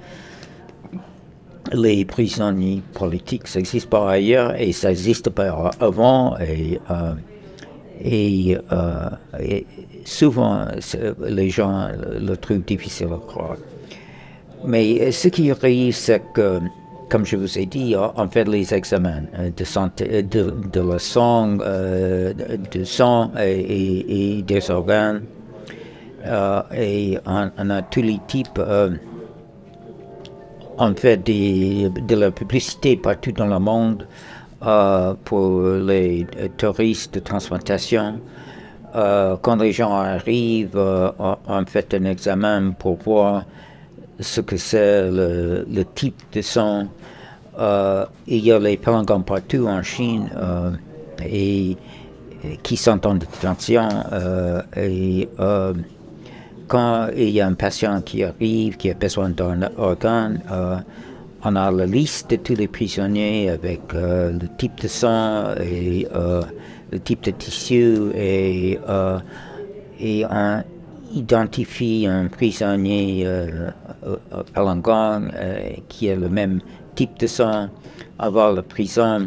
les prisonniers politiques. Ça existe par ailleurs et ça existe pas avant. Et, euh, et, euh, et souvent, les gens le trouvent difficile à croire. Mais ce qui arrive, c'est que, comme je vous ai dit, on fait les examens de santé, de, de la sang, euh, de sang et, et, et des organes. Euh, et on, on a tous les types. Euh, on fait des, de la publicité partout dans le monde euh, pour les touristes de transplantation. Euh, quand les gens arrivent, euh, on fait un examen pour voir ce que c'est le, le type de sang. Euh, il y a les Falun Gong partout en Chine euh, et, et qui sont en détention. Euh, et euh, quand il y a un patient qui arrive, qui a besoin d'un organe, euh, on a la liste de tous les prisonniers avec euh, le type de sang et euh, le type de tissu et, euh, et on identifie un prisonnier euh, à Falun Gong euh, qui a le même type de sang avant la prison.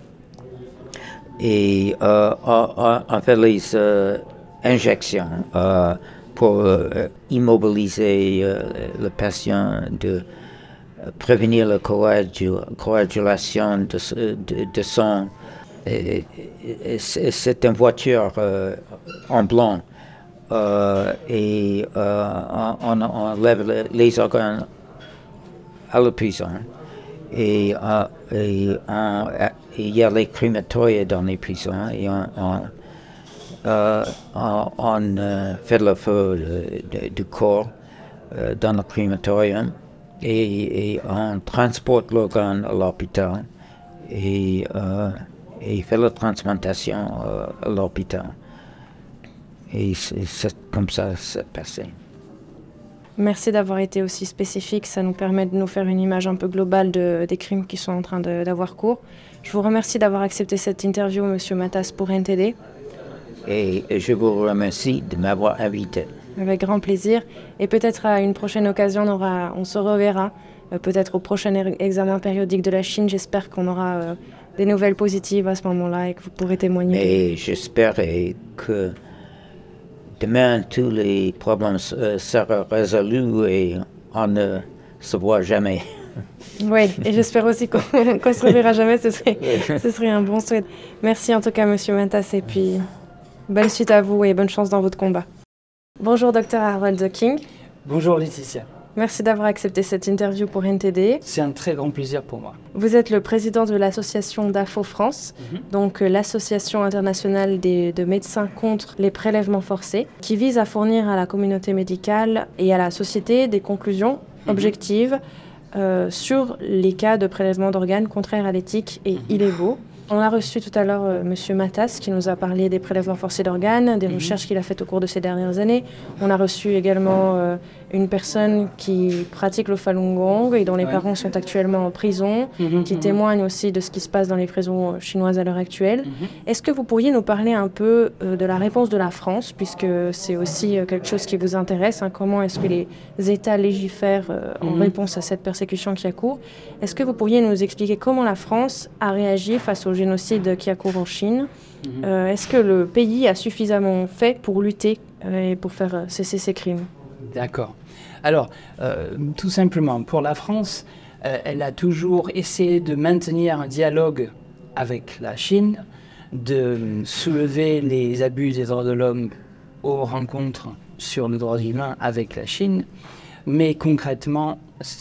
Et euh, on, on fait les euh, injections euh, pour euh, immobiliser euh, le patient, de euh, prévenir la coagul coagulation de, de, de sang. Et, et c'est une voiture euh, en blanc euh, et euh, on, on lève les, les organes à la prison. Et, euh, et on, il y a les crématoriums dans les prisons et on, on Euh, on, on euh, fait le feu du corps euh, dans le crématorium et, et on transporte l'organe à l'hôpital et, euh, et fait la transplantation euh, à l'hôpital. Et c'est, c'est comme ça que c'est passé. Merci d'avoir été aussi spécifique, ça nous permet de nous faire une image un peu globale de, des crimes qui sont en train de, d'avoir cours. Je vous remercie d'avoir accepté cette interview, Monsieur Matas, pour N T D. Et je vous remercie de m'avoir invité. Avec grand plaisir. Et peut-être à une prochaine occasion, on, aura, on se reverra. Euh, peut-être au prochain examen périodique de la Chine. J'espère qu'on aura euh, des nouvelles positives à ce moment-là et que vous pourrez témoigner. Et j'espère que demain, tous les problèmes euh, seront résolus et on ne se voit jamais. Oui, et j'espère aussi qu'on qu'on se reverra jamais. Ce serait, ce serait un bon souhait. Merci en tout cas, Monsieur Matas, et puis bonne suite à vous et bonne chance dans votre combat. Bonjour, docteur Harold King. Bonjour, Laetitia. Merci d'avoir accepté cette interview pour N T D. C'est un très grand plaisir pour moi. Vous êtes le président de l'association D A F O France, mm-hmm. donc euh, l'association internationale des, de médecins contre les prélèvements forcés, qui vise à fournir à la communauté médicale et à la société des conclusions mm-hmm. objectives euh, sur les cas de prélèvement d'organes contraires à l'éthique et mm-hmm. illégaux. On a reçu tout à l'heure euh, M. Matas qui nous a parlé des prélèvements forcés d'organes, des mmh. recherches qu'il a faites au cours de ces dernières années. On a reçu également euh, une personne qui pratique le Falun Gong et dont les ouais. parents sont actuellement en prison, mmh, qui mmh. témoigne aussi de ce qui se passe dans les prisons chinoises à l'heure actuelle. Mmh. Est-ce que vous pourriez nous parler un peu euh, de la réponse de la France, puisque c'est aussi euh, quelque chose qui vous intéresse, hein, comment est-ce que les États légifèrent euh, en mmh. réponse à cette persécution qui a cours. Est-ce que vous pourriez nous expliquer comment la France a réagi face au génocide qui a cours en Chine? Mmh. euh, Est-ce que le pays a suffisamment fait pour lutter euh, et pour faire euh, cesser ces crimes? D'accord. Alors, euh, tout simplement, pour la France, euh, elle a toujours essayé de maintenir un dialogue avec la Chine, de soulever les abus des droits de l'homme aux rencontres sur les droits humains avec la Chine, mais concrètement,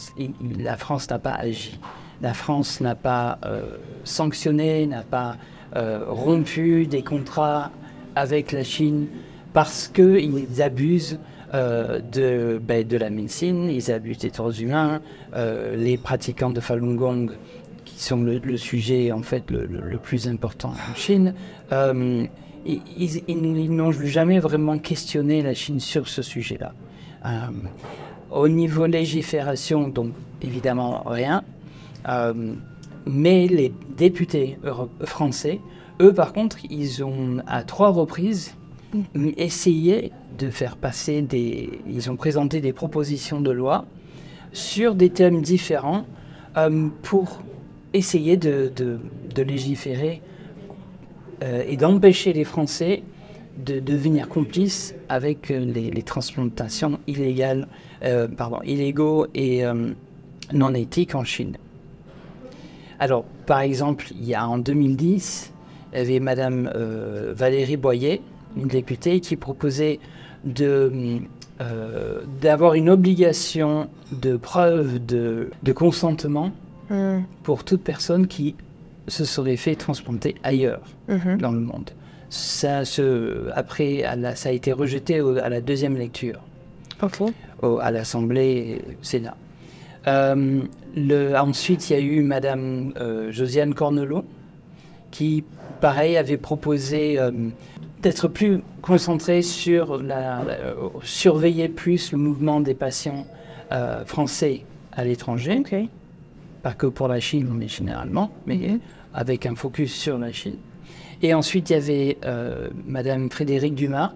la France n'a pas agi. La France n'a pas euh, sanctionné, n'a pas euh, rompu des contrats avec la Chine parce qu'ils abusent euh, de, ben, de la médecine, ils abusent des droits humains, euh, les pratiquants de Falun Gong, qui sont le, le sujet en fait le, le, le plus important en Chine, euh, ils, ils, ils n'ont jamais vraiment questionné la Chine sur ce sujet-là. Euh, au niveau légifération, donc évidemment rien. Euh, mais les députés français, eux par contre, ils ont à trois reprises mmh. essayé de faire passer des... Ils ont présenté des propositions de loi sur des thèmes différents euh, pour essayer de, de, de légiférer euh, et d'empêcher les Français de devenir complices avec les, les transplantations illégales, euh, pardon, illégaux et euh, non éthiques en Chine. Alors, par exemple, il y a en deux mille dix, il y avait Madame euh, Valérie Boyer, une députée, qui proposait de, euh, d'avoir une obligation de preuve de, de consentement mmh. pour toute personne qui se serait fait transplanter ailleurs mmh. dans le monde. Ça, se, après, la, ça a été rejeté au, à la deuxième lecture, okay. au, à l'Assemblée et au Sénat. Euh, le, ensuite, il y a eu Madame euh, Josiane Cornelot, qui, pareil, avait proposé euh, d'être plus concentrée sur la, la, euh, surveiller plus le mouvement des patients euh, français à l'étranger, okay. pas que pour la Chine, mais généralement, mais mm-hmm. avec un focus sur la Chine. Et ensuite, il y avait euh, Madame Frédérique Dumas,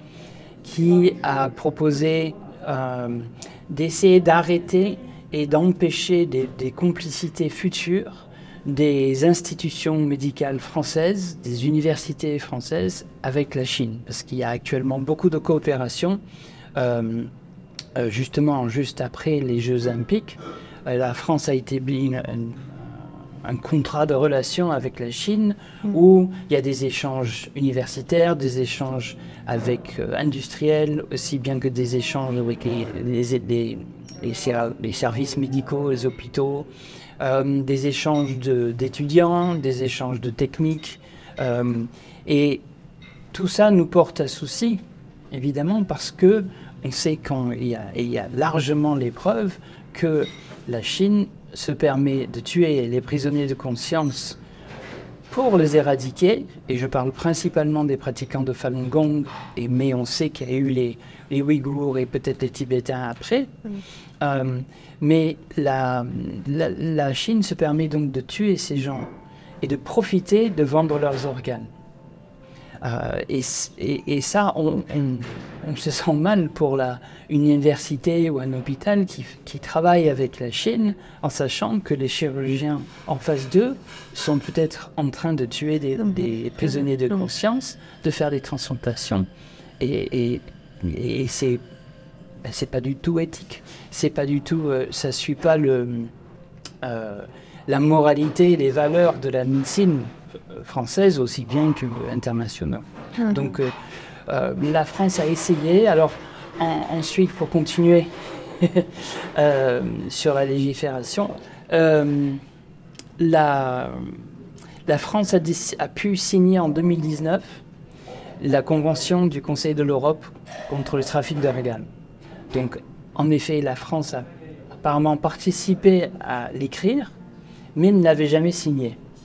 qui a proposé euh, d'essayer d'arrêter et d'empêcher des, des complicités futures des institutions médicales françaises, des universités françaises avec la Chine. Parce qu'il y a actuellement beaucoup de coopération, euh, euh, justement juste après les Jeux olympiques. Euh, la France a établi une, une, un contrat de relation avec la Chine mmh. où il y a des échanges universitaires, des échanges avec euh, industriels, aussi bien que des échanges avec les, les, les, les, les services médicaux, les hôpitaux, euh, des échanges de, d'étudiants, des échanges de techniques. Euh, et tout ça nous porte à souci, évidemment, parce que on sait qu'il y a, il y a largement les preuves que la Chine se permet de tuer les prisonniers de conscience pour les éradiquer, et je parle principalement des pratiquants de Falun Gong, et, mais on sait qu'il y a eu les, les Ouïghours et peut-être les Tibétains après. Mmh. Euh, mais la, la, la Chine se permet donc de tuer ces gens et de profiter de vendre leurs organes. Euh, et, et, et ça, on, on, on se sent mal pour la, une université ou un hôpital qui, qui travaille avec la Chine en sachant que les chirurgiens en face d'eux sont peut-être en train de tuer des, des prisonniers de conscience, de faire des transplantations. Et, et, et c'est, ben c'est pas du tout éthique. C'est pas du tout, euh, ça suit pas le, euh, la moralité, les valeurs de la médecine française aussi bien qu'internationale. Mmh. Donc euh, euh, la France a essayé. Alors en, ensuite, pour continuer euh, sur la légifération, euh, la, la France a, a pu signer en deux mille dix-neuf la Convention du Conseil de l'Europe contre le trafic d'organes. Donc en effet, la France a apparemment participé à l'écrire, mais ne l'avait jamais signé.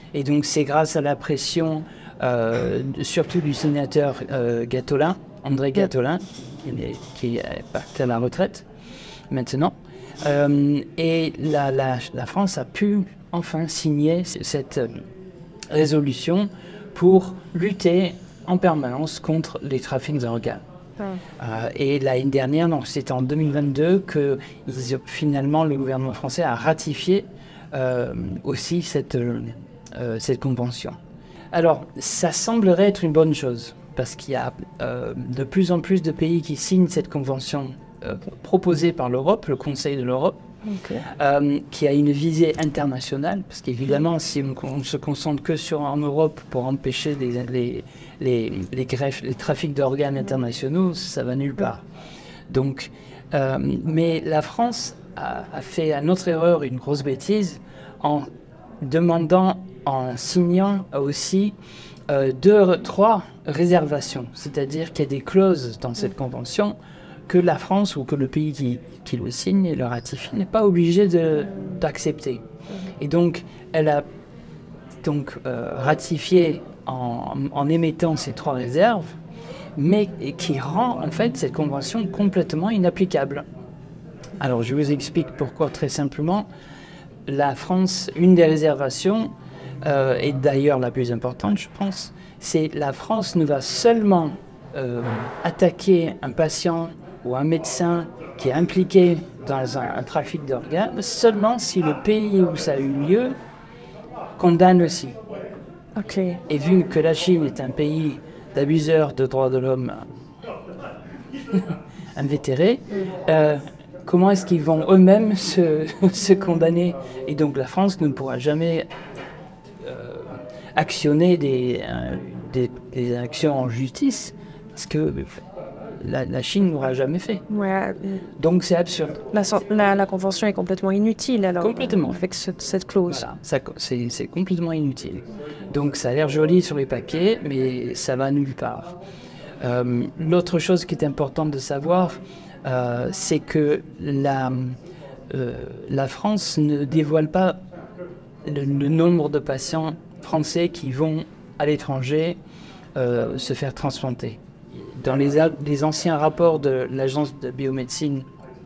Et donc c'est grâce à la pression, euh, surtout du sénateur euh, Gattolin, André Gattolin, qui est parti à la retraite maintenant. Euh, et la, la, la France a pu enfin signer cette euh, résolution pour lutter en permanence contre les trafics d'organes. Ouais. Euh, et l'année dernière, c'était en deux mille vingt-deux que ils, finalement le gouvernement français a ratifié euh, aussi cette, euh, cette convention. Alors, ça semblerait être une bonne chose, parce qu'il y a euh, de plus en plus de pays qui signent cette convention euh, proposée par l'Europe, le Conseil de l'Europe, okay. euh, qui a une visée internationale, parce qu'évidemment, si on ne se concentre que sur en Europe pour empêcher les, les, les, les, greffes, les trafics d'organes internationaux, ça va nulle part. Donc, euh, mais la France a, a fait une autre erreur, une grosse bêtise, en demandant, en signant aussi euh, deux, trois réservations, c'est-à-dire qu'il y a des clauses dans cette convention que la France ou que le pays qui, qui le signe et le ratifie n'est pas obligé de, d'accepter. Et donc, elle a donc euh, ratifié en, en émettant ces trois réserves, mais qui rend en fait cette convention complètement inapplicable. Alors, je vous explique pourquoi très simplement. La France, une des réservations, euh, et d'ailleurs la plus importante, je pense, c'est la France ne va seulement euh, attaquer un patient ou un médecin qui est impliqué dans un, un trafic d'organes seulement si le pays où ça a eu lieu condamne aussi. Okay. Et vu que la Chine est un pays d'abuseurs de droits de l'homme invétérés, euh, comment est-ce qu'ils vont eux-mêmes se, se condamner? Et donc la France ne pourra jamais euh, actionner des, euh, des, des actions en justice parce que la, la Chine n'aura jamais fait. Ouais. Donc c'est absurde. La, la, la convention est complètement inutile alors. Complètement. Avec ce, cette clause. Voilà, ça, c'est, c'est complètement inutile. Donc ça a l'air joli sur les paquets, mais ça va nulle part. Euh, l'autre chose qui est importante de savoir, Euh, c'est que la, euh, la France ne dévoile pas le, le nombre de patients français qui vont à l'étranger euh, se faire transplanter. Dans les, les anciens rapports de l'agence de biomédecine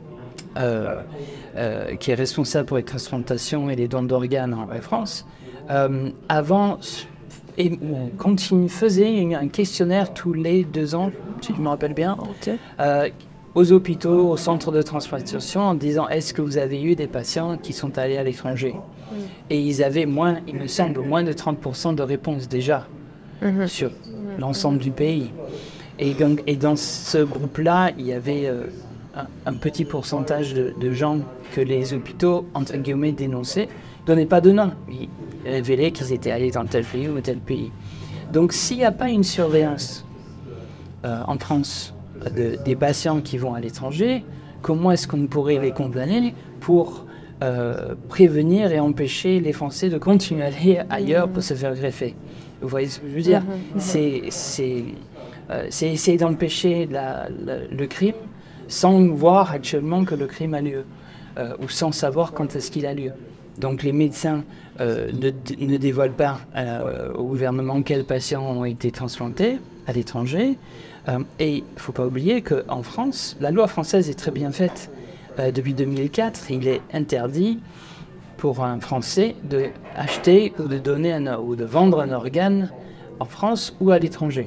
euh, euh, qui est responsable pour les transplantations et les dons d'organes en France, euh, avant, et, continue, faisait un questionnaire tous les deux ans, si je me rappelle bien, okay. euh, aux hôpitaux, aux centres de transplantation, en disant est-ce que vous avez eu des patients qui sont allés à l'étranger? Mm. Et ils avaient moins, il me semble, moins de trente pour cent de réponses déjà mm-hmm. sur mm-hmm. l'ensemble du pays. Et, donc, et dans ce groupe-là, il y avait euh, un, un petit pourcentage de, de gens que les hôpitaux, entre guillemets, dénonçaient, ne donnaient pas de nom. Ils révélaient qu'ils étaient allés dans tel pays ou tel pays. Donc s'il n'y a pas une surveillance euh, en France, De, des patients qui vont à l'étranger, comment est-ce qu'on pourrait les condamner pour euh, prévenir et empêcher les Français de continuer à aller ailleurs pour se faire greffer? Vous voyez ce que je veux dire? C'est, c'est, euh, c'est essayer d'empêcher la, la, le crime sans voir actuellement que le crime a lieu euh, ou sans savoir quand est-ce qu'il a lieu. Donc les médecins euh, ne, ne dévoilent pas euh, au gouvernement quels patients ont été transplantés à l'étranger. Euh, et il ne faut pas oublier qu'en France, la loi française est très bien faite. Euh, depuis deux mille quatre, il est interdit pour un Français d'acheter ou de donner un, ou de vendre un organe en France ou à l'étranger.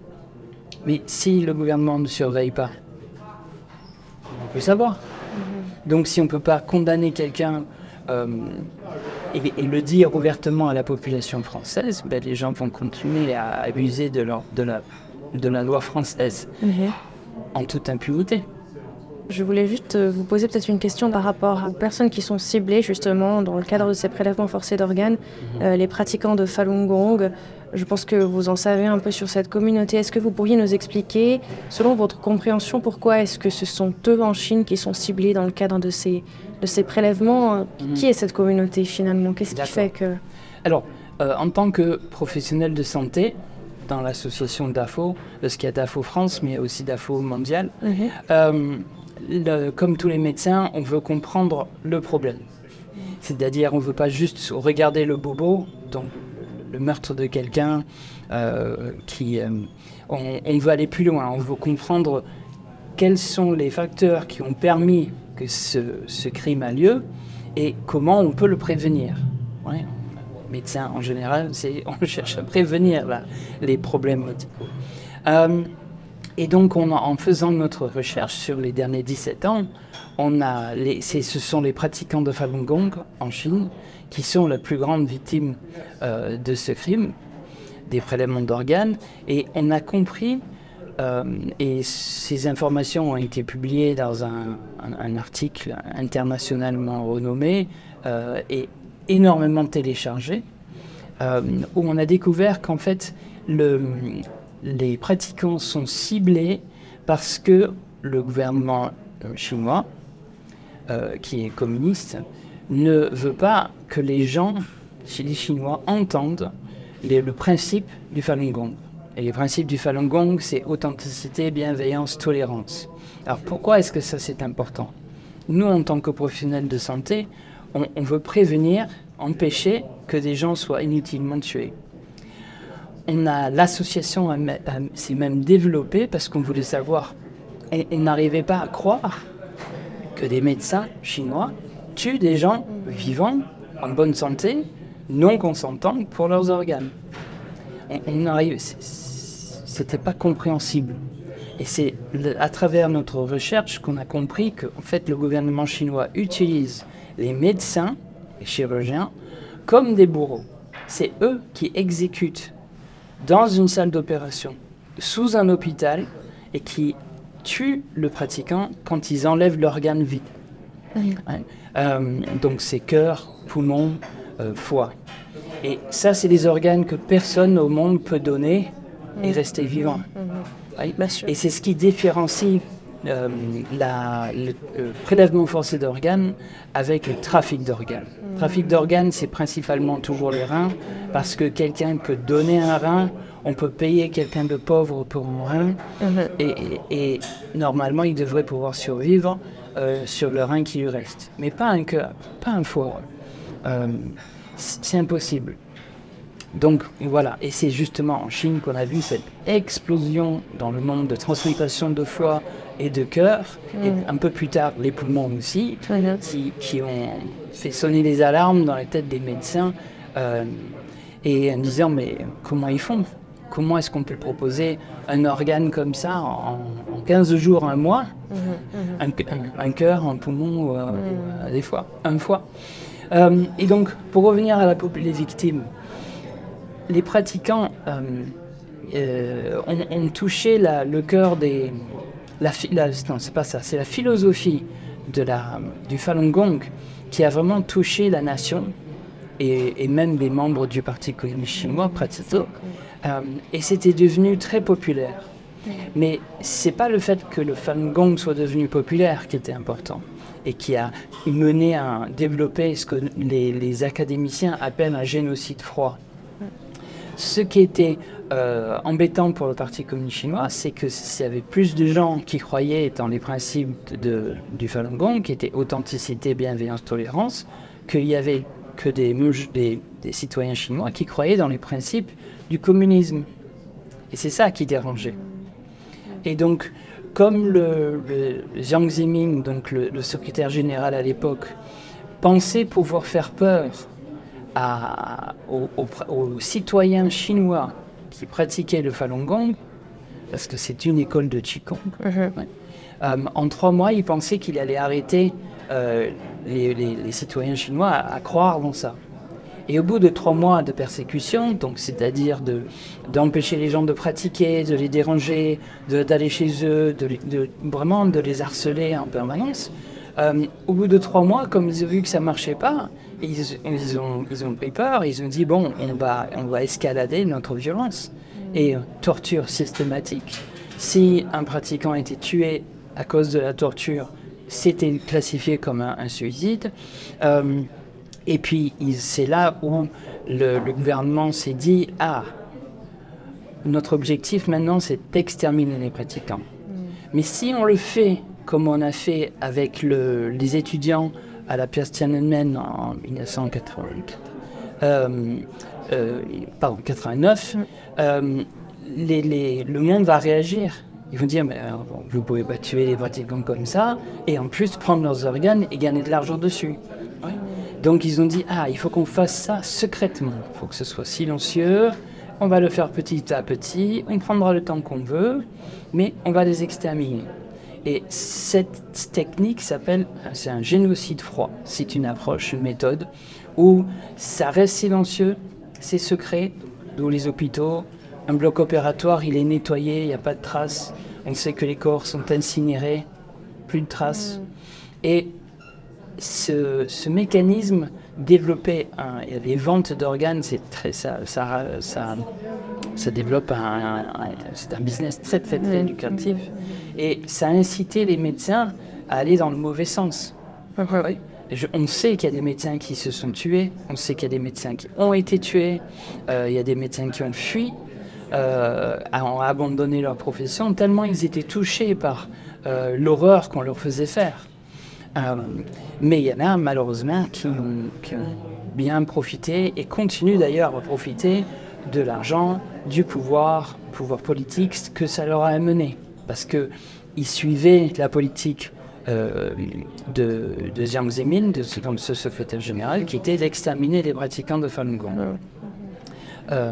Mais si le gouvernement ne surveille pas, on peut savoir. Mm-hmm. Donc si on ne peut pas condamner quelqu'un euh, et, et le dire ouvertement à la population française, ben, les gens vont continuer à abuser de, leur, de la de la loi française, mmh. en toute impunité. Je voulais juste vous poser peut-être une question par rapport aux personnes qui sont ciblées justement dans le cadre de ces prélèvements forcés d'organes, mmh. euh, les pratiquants de Falun Gong. Je pense que vous en savez un peu sur cette communauté. Est-ce que vous pourriez nous expliquer, selon votre compréhension, pourquoi est-ce que ce sont eux en Chine qui sont ciblés dans le cadre de ces, de ces prélèvements? mmh. Qui est cette communauté finalement? Qu'est-ce D'accord. qui fait que... Alors, euh, en tant que professionnel de santé, dans l'association D A F O, parce qu'il y a D A F O France, mais aussi D A F O mondial. Mmh. Euh, le, comme tous les médecins, on veut comprendre le problème. C'est-à-dire, on ne veut pas juste regarder le bobo, donc le meurtre de quelqu'un, euh, qui, euh, on, on veut aller plus loin, on veut comprendre quels sont les facteurs qui ont permis que ce, ce crime a lieu et comment on peut le prévenir. Ouais. Médecin en général, c'est, on cherche à prévenir là, les problèmes médicaux. Euh, et donc, on a, en faisant notre recherche sur les derniers dix-sept ans, on a les, c'est, ce sont les pratiquants de Falun Gong en Chine qui sont la plus grande victime euh, de ce crime, des prélèvements d'organes. Et on a compris, euh, et ces informations ont été publiées dans un, un, un article internationalement renommé euh, et énormément téléchargé, euh, où on a découvert qu'en fait, le, les pratiquants sont ciblés parce que le gouvernement chinois, euh, qui est communiste, ne veut pas que les gens, chez les Chinois, entendent les, le principe du Falun Gong. Et le principe du Falun Gong, c'est authenticité, bienveillance, tolérance. Alors pourquoi est-ce que ça c'est important? Nous, en tant que professionnels de santé, on, on veut prévenir, empêcher que des gens soient inutilement tués. On a l'association s'est même développée parce qu'on voulait savoir, et, et n'arrivait pas à croire que des médecins chinois tuent des gens vivants, en bonne santé, non consentants pour leurs organes. On, on arrive, c'était pas compréhensible. Et c'est à travers notre recherche qu'on a compris que en fait, le gouvernement chinois utilise les médecins, les chirurgiens, comme des bourreaux. C'est eux qui exécutent dans une salle d'opération, sous un hôpital, et qui tuent le pratiquant quand ils enlèvent l'organe vide. Oui. Hein? Euh, donc c'est cœur, poumon, euh, foie. Et ça, c'est des organes que personne au monde peut donner et mmh. rester vivant. Mmh. Oui? Et c'est ce qui différencie euh, la, le euh, prélèvement forcé d'organes avec le trafic d'organes. Mmh. Le trafic d'organes, c'est principalement toujours les reins, parce que quelqu'un peut donner un rein, on peut payer quelqu'un de pauvre pour un rein, mmh. et, et, et normalement, il devrait pouvoir survivre euh, sur le rein qui lui reste. Mais pas un cœur, pas un foie. Euh, c'est impossible. Donc voilà, et c'est justement en Chine qu'on a vu cette explosion dans le monde de transplantation de foie et de cœur, mmh. et un peu plus tard les poumons aussi, mmh. qui, qui ont fait sonner les alarmes dans les têtes des médecins, euh, et en disant mais comment ils font? Comment est-ce qu'on peut proposer un organe comme ça en, en quinze jours, un mois, mmh. un, un, un cœur, un poumon, euh, mmh. des fois, un foie. Euh, et donc, pour revenir à la, les victimes, les pratiquants euh, euh, ont, ont touché la, le cœur des... La, la, non, c'est pas ça, c'est la philosophie de la, du Falun Gong qui a vraiment touché la nation et, et même les membres du Parti communiste chinois pratiquants. Euh, et c'était devenu très populaire. Mais c'est pas le fait que le Falun Gong soit devenu populaire qui était important et qui a mené à développer ce que les, les académiciens appellent un génocide froid. Ce qui était euh, embêtant pour le Parti communiste chinois, c'est que s'il y avait plus de gens qui croyaient dans les principes de, du Falun Gong, qui étaient authenticité, bienveillance, tolérance, qu'il y avait que des, des, des citoyens chinois qui croyaient dans les principes du communisme. Et c'est ça qui dérangeait. Et donc, comme le, le Jiang Zemin, donc le, le secrétaire général à l'époque, pensait pouvoir faire peur à, aux, aux, aux citoyens chinois qui pratiquaient le Falun Gong, parce que c'est une école de Qigong, mm-hmm. ouais. euh, en trois mois, il pensait qu'il allait arrêter euh, les, les, les citoyens chinois à, à croire dans ça. Et au bout de trois mois de persécution, donc c'est-à-dire de, d'empêcher les gens de pratiquer, de les déranger, de, d'aller chez eux, de, de, vraiment de les harceler en permanence, euh, au bout de trois mois, comme ils ont vu que ça ne marchait pas, ils, ils, ont, ils ont pris peur, ils ont dit bon, on va, on va escalader notre violence. Et euh, torture systématique. Si un pratiquant était tué à cause de la torture, c'était classifié comme un, un suicide. Euh, Et puis, c'est là où le, le gouvernement s'est dit « Ah, notre objectif maintenant, c'est d'exterminer les pratiquants. Mm. Mais si on le fait comme on a fait avec le, les étudiants à la place Tiananmen en mille neuf cent quatre-vingt-quatre, euh, euh, pardon, quatre-vingt-neuf, euh, les, les, le monde va réagir. Ils vont dire, mais euh, vous ne pouvez pas tuer les pratiquants comme ça, et en plus prendre leurs organes et gagner de l'argent dessus. Ouais. Donc ils ont dit, ah, il faut qu'on fasse ça secrètement, il faut que ce soit silencieux, on va le faire petit à petit, on prendra le temps qu'on veut, mais on va les exterminer. Et cette technique s'appelle, c'est un génocide froid, c'est une approche, une méthode, où ça reste silencieux, c'est secret, d'où les hôpitaux. Un bloc opératoire, il est nettoyé, il n'y a pas de traces. On sait que les corps sont incinérés, plus de traces. Mmh. Et ce, ce mécanisme développé, un, les ventes d'organes, c'est très ça, ça, ça, ça développe un, un, un c'est un business très très très mmh. lucratif. Et ça a incité les médecins à aller dans le mauvais sens. Mmh. Je, on sait qu'il y a des médecins qui se sont tués, on sait qu'il y a des médecins qui ont été tués, euh, il y a des médecins qui ont fui. Euh, ont abandonné leur profession tellement ils étaient touchés par euh, l'horreur qu'on leur faisait faire. Euh, mais il y en a malheureusement qui ont, qui ont bien profité et continuent d'ailleurs à profiter de l'argent, du pouvoir, pouvoir politique que ça leur a amené. Parce qu'ils suivaient la politique euh, de, de Jiang Zemin, de ce, de ce secrétaire général, qui était d'exterminer les pratiquants de Falun Gong. Euh,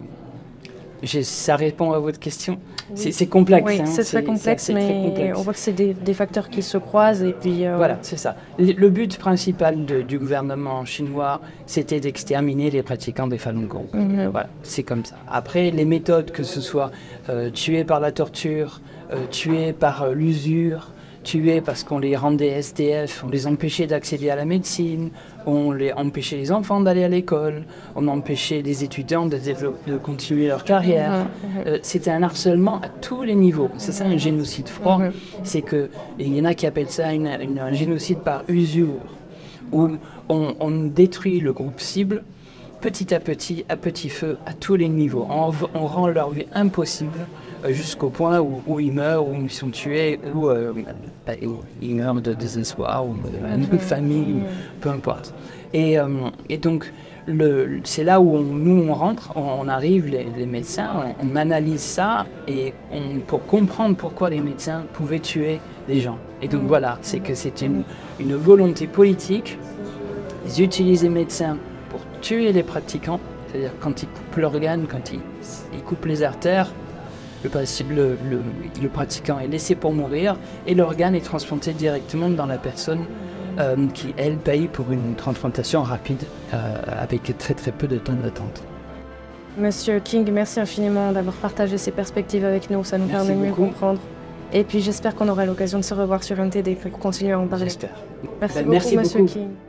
Je, ça répond à votre question. Oui. C'est complexe. Oui, hein, c'est très complexe, mais très complexe. On voit que c'est des, des facteurs qui se croisent. Et puis, euh... Voilà, c'est ça. Le, le but principal de, du gouvernement chinois, c'était d'exterminer les pratiquants des Falun Gong. Mm-hmm. Voilà, c'est comme ça. Après, les méthodes, que ce soit euh, tués par la torture, euh, tués par euh, l'usure, tués parce qu'on les rendait S D F, on les empêchait d'accéder à la médecine, on les empêchait les enfants d'aller à l'école, on empêchait les étudiants de, de continuer leur carrière. Mmh, mmh. Euh, c'était un harcèlement à tous les niveaux. C'est ça un génocide froid. Mmh. C'est que, il y en a qui appellent ça une, une, un génocide par usure, où on, on détruit le groupe cible petit à petit, à petit feu, à tous les niveaux. On, on rend leur vie impossible euh, jusqu'au point où, où ils meurent, où ils sont tués, où, euh, bah, où ils meurent de désespoir, ou de, de famille, ou, peu importe. Et, euh, et donc, le, c'est là où on, nous on rentre, on, on arrive, les, les médecins, on, on analyse ça et on, pour comprendre pourquoi les médecins pouvaient tuer des gens. Et donc voilà, c'est que c'est une, une volonté politique. Ils utilisent les médecins pour tuer les pratiquants, c'est-à-dire quand ils coupent l'organe, quand ils, ils coupent les artères, le, le, le, le pratiquant est laissé pour mourir et l'organe est transplanté directement dans la personne euh, qui, elle, paye pour une transplantation rapide euh, avec très très peu de temps d'attente. Monsieur King, merci infiniment d'avoir partagé ces perspectives avec nous, ça nous merci permet de mieux beaucoup. comprendre. Et puis j'espère qu'on aura l'occasion de se revoir sur N T D pour continuer à en parler. J'espère. Merci ben, beaucoup, merci Monsieur beaucoup. King.